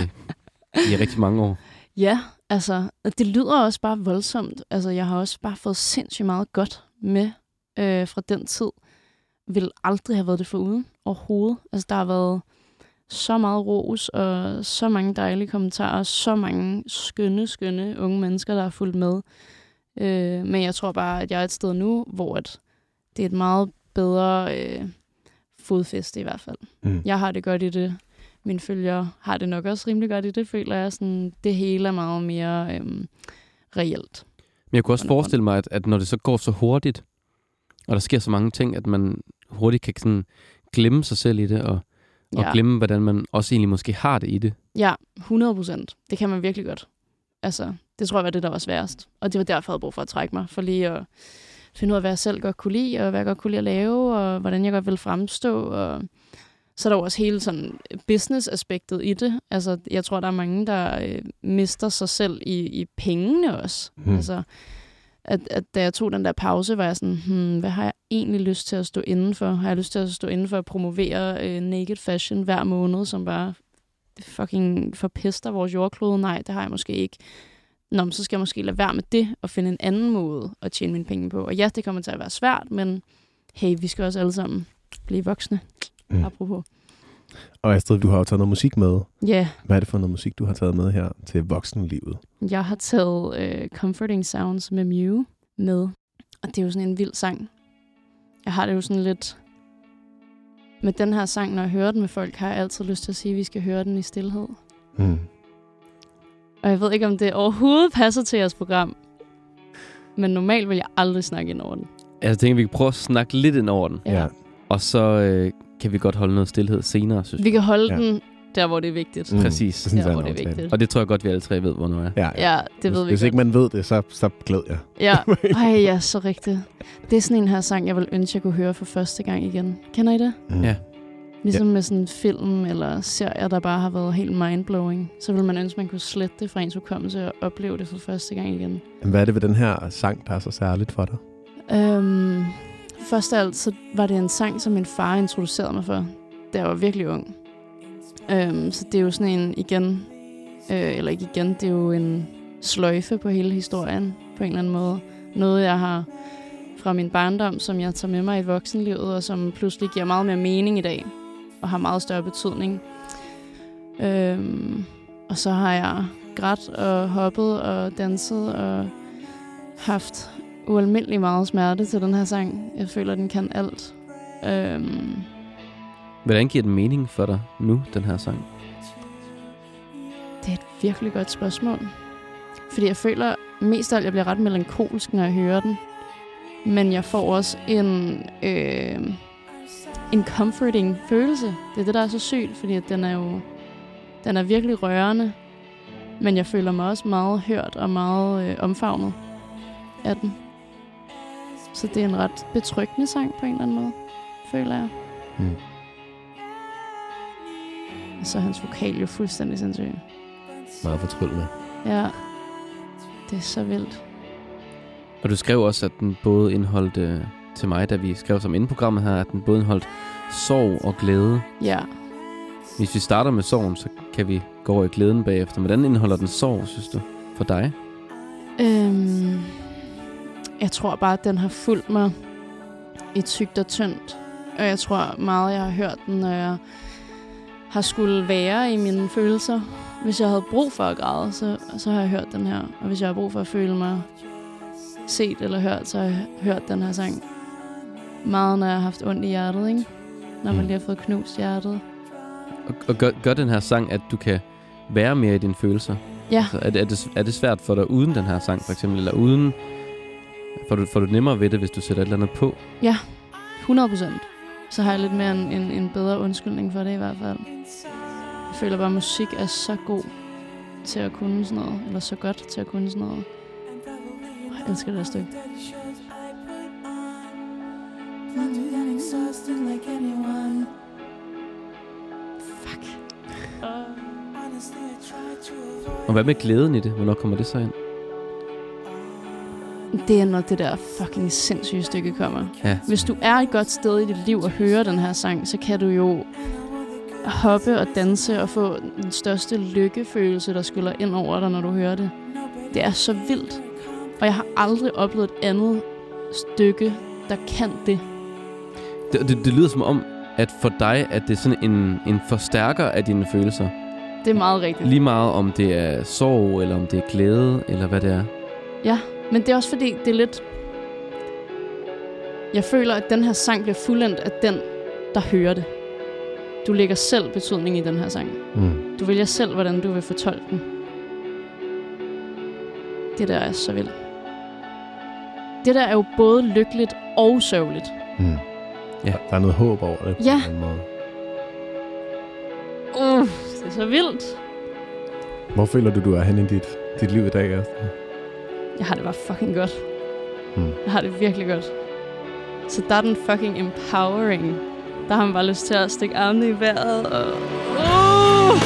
i rigtig mange år. Ja, altså, det lyder også bare voldsomt. Altså, jeg har også bare fået sindssygt meget godt med øh, fra den tid. Vil aldrig have været det foruden overhovedet. Altså, der har været så meget ros og så mange dejlige kommentarer, så mange skønne, skønne unge mennesker, der har fulgt med. Øh, men jeg tror bare, at jeg er et sted nu, hvor at det er et meget bedre øh, fodfæste i hvert fald. Mm. Jeg har det godt i det. Mine følgere har det nok også rimelig godt i det, føler jeg. Sådan, det hele er meget mere øh, reelt. Men jeg kunne også forestille mig, at, at når det så går så hurtigt, og der sker så mange ting, at man hurtigt kan sådan glemme sig selv i det, og, og ja. glemme, hvordan man også egentlig måske har det i det. Ja, hundrede procent. Det kan man virkelig godt. Altså, det tror jeg var det, der var sværest. Og det var derfor, jeg havde brug for at trække mig, for lige at finde ud af, hvad jeg selv godt kunne lide, og hvad jeg godt kunne lide at lave, og hvordan jeg godt ville fremstå. Og så er der jo også hele sådan business-aspektet i det. Altså, jeg tror, der er mange, der øh, mister sig selv i, i pengene også. Hmm. Altså, at, at da jeg tog den der pause, var jeg sådan, hmm, hvad har jeg egentlig lyst til at stå inden for? Har jeg lyst til at stå inden for at promovere øh, naked fashion hver måned, som bare fucking forpester vores jordklode? Nej, det har jeg måske ikke. Nå, men så skal jeg måske lade være med det, og finde en anden måde at tjene mine penge på. Og ja, det kommer til at være svært, men hey, vi skal også alle sammen blive voksne. Mm. Apropos. Og Astrid, du har jo taget noget musik med. Ja. Yeah. Hvad er det for noget musik, du har taget med her til voksenlivet? Jeg har taget øh, Comforting Sounds med Mew med. Og det er jo sådan en vild sang. Jeg har det jo sådan lidt med den her sang, når jeg hører den med folk, har jeg altid lyst til at sige, at vi skal høre den i stilhed. Mm. Og jeg ved ikke, om det overhovedet passer til jeres program. Men normalt vil jeg aldrig snakke ind over den. Jeg tænker, vi kan prøve at snakke lidt ind over den. Ja. Og så øh, kan vi godt holde noget stillhed senere, synes Vi kan holde ja. den Der, hvor det er vigtigt. Mm. Præcis. Så sådan Der, er hvor en det er aftale. vigtigt. Og det tror jeg godt, vi alle tre ved, hvornår er. Ja, Ja, det ved hvis, vi Hvis godt. ikke man ved det, så, så glæd jeg. Ja, ej, ja, så rigtigt. Det er sådan en her sang, jeg vil ønske, jeg kunne høre for første gang igen. Kender I det? Mm. Ja. Ligesom med sådan en film eller serier, der bare har været helt mindblowing. Så vil man ønske, man kunne slette det fra ens hukommelse og opleve det for første gang igen. Hvad er det ved den her sang, der er så særligt for dig? Øhm, først af alt, så var det en sang, som min far introducerede mig for, da jeg var virkelig ung. Øhm, så det er jo sådan en igen, øh, eller ikke igen, det er jo en sløjfe på hele historien, på en eller anden måde. Noget, jeg har fra min barndom, som jeg tager med mig i voksenlivet, og som pludselig giver meget mere mening i dag, og har meget større betydning. Øhm, og så har jeg grædt og hoppet og danset og haft ualmindelig meget smerte til den her sang. Jeg føler, den kan alt. Øhm, Hvordan giver den mening for dig nu, den her sang? det er et virkelig godt spørgsmål. Fordi jeg føler mest af alt, jeg bliver ret melankolsk, når jeg hører den. Men jeg får også en, øh, en comforting følelse. Det er det, der er så sygt, fordi at den er jo den er virkelig rørende. Men jeg føler mig også meget hørt og meget øh, omfavnet af den. Så det er en ret betryggende sang på en eller anden måde, føler jeg. Mm. Og så er hans vokal jo fuldstændig sindssyg. Meget fortryllende. Ja, det er så vildt. Og du skrev også, at den både indeholdt øh, til mig, da vi skrev som inde programmet her, at den både indeholdt sorg og glæde. Ja. Hvis vi starter med sorgen, så kan vi gå over i glæden bagefter. Hvordan indeholder den sorg, synes du, for dig? Øhm, jeg tror bare, at den har fulgt mig i tykt og tyndt. Og jeg tror meget, jeg har hørt den, når jeg har skulle være i mine følelser. Hvis jeg havde brug for at græde, så, så har jeg hørt den her. Og hvis jeg har brug for at føle mig set eller hørt, så har jeg hørt den her sang. Meget, når jeg har haft ondt i hjertet, ikke? Når man lige har fået knust hjertet. Og, og gør, gør den her sang, at du kan være mere i dine følelser? Ja. Altså, er, det, er, det, er det svært for dig uden den her sang, for eksempel? Eller uden... Får du, får du nemmere ved det, hvis du sætter et eller andet på? Ja, hundrede procent. Så har jeg lidt mere en, en, en bedre undskyldning for det i hvert fald. Jeg føler bare, at musik er så god til at kunne sådan noget. Eller så godt til at kunne sådan noget. Jeg elsker det her stykke. Fuck. Og hvad med glæden i det? Hvornår kommer det så ind? Det er, når det der fucking sindssyge stykke kommer. Ja. Hvis du er et godt sted i dit liv og hører den her sang, så kan du jo hoppe og danse og få den største lykkefølelse, der skyller ind over dig, når du hører det. Det er så vildt. Og jeg har aldrig oplevet et andet stykke, der kan det. Det, det, det lyder som om, at for dig, at det er sådan en, en forstærker af dine følelser. Det er meget rigtigt. Lige meget om det er sorg, eller om det er glæde, eller hvad det er. Ja, men det er også fordi, det er lidt... Jeg føler, at den her sang bliver fuldendt af den, der hører det. Du lægger selv betydning i den her sang. Mm. Du vælger selv, hvordan du vil fortolke den. Det der er så vildt. Det der er jo både lykkeligt og sørgeligt. Mm. Ja. Der er noget håb over det. På Ja. en eller anden måde. Uh, det er så vildt. Hvor føler du, du er henne i dit, dit liv i dag, Astrid? Jeg har det bare fucking godt. Mm. Jeg har det virkelig godt. Så der er den fucking empowering. Der har man bare lyst til at stikke armene i vejret og... Uh!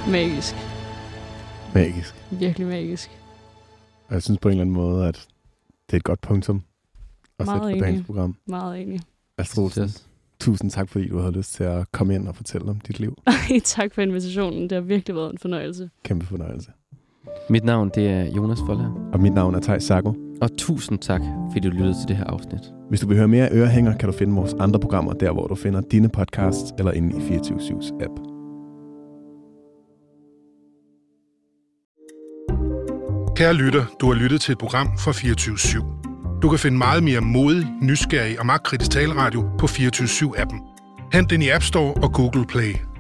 Magisk. Magisk. Virkelig magisk. Og jeg synes på en eller anden måde, at det er et godt punktum at Meget sætte på enig. dagens program. Meget enig. Astrid Olsen, tusind tak, fordi du havde lyst til at komme ind og fortælle om dit liv. Tak for invitationen. Det har virkelig været en fornøjelse. Kæmpe fornøjelse. Mit navn, det er Jonas Folher. Og mit navn er Theis Sacco. Og tusind tak, fordi du lyttede til det her afsnit. Hvis du vil høre mere Ørehænger, kan du finde vores andre programmer der, hvor du finder dine podcasts eller inde i fireogtyve syvs app. Kære lytter, du har lyttet til et program fra fireogtyve syv. Du kan finde meget mere modig, nysgerrig og magtkritisk taleradio på fireogtyve syv appen. Hent den i App Store og Google Play.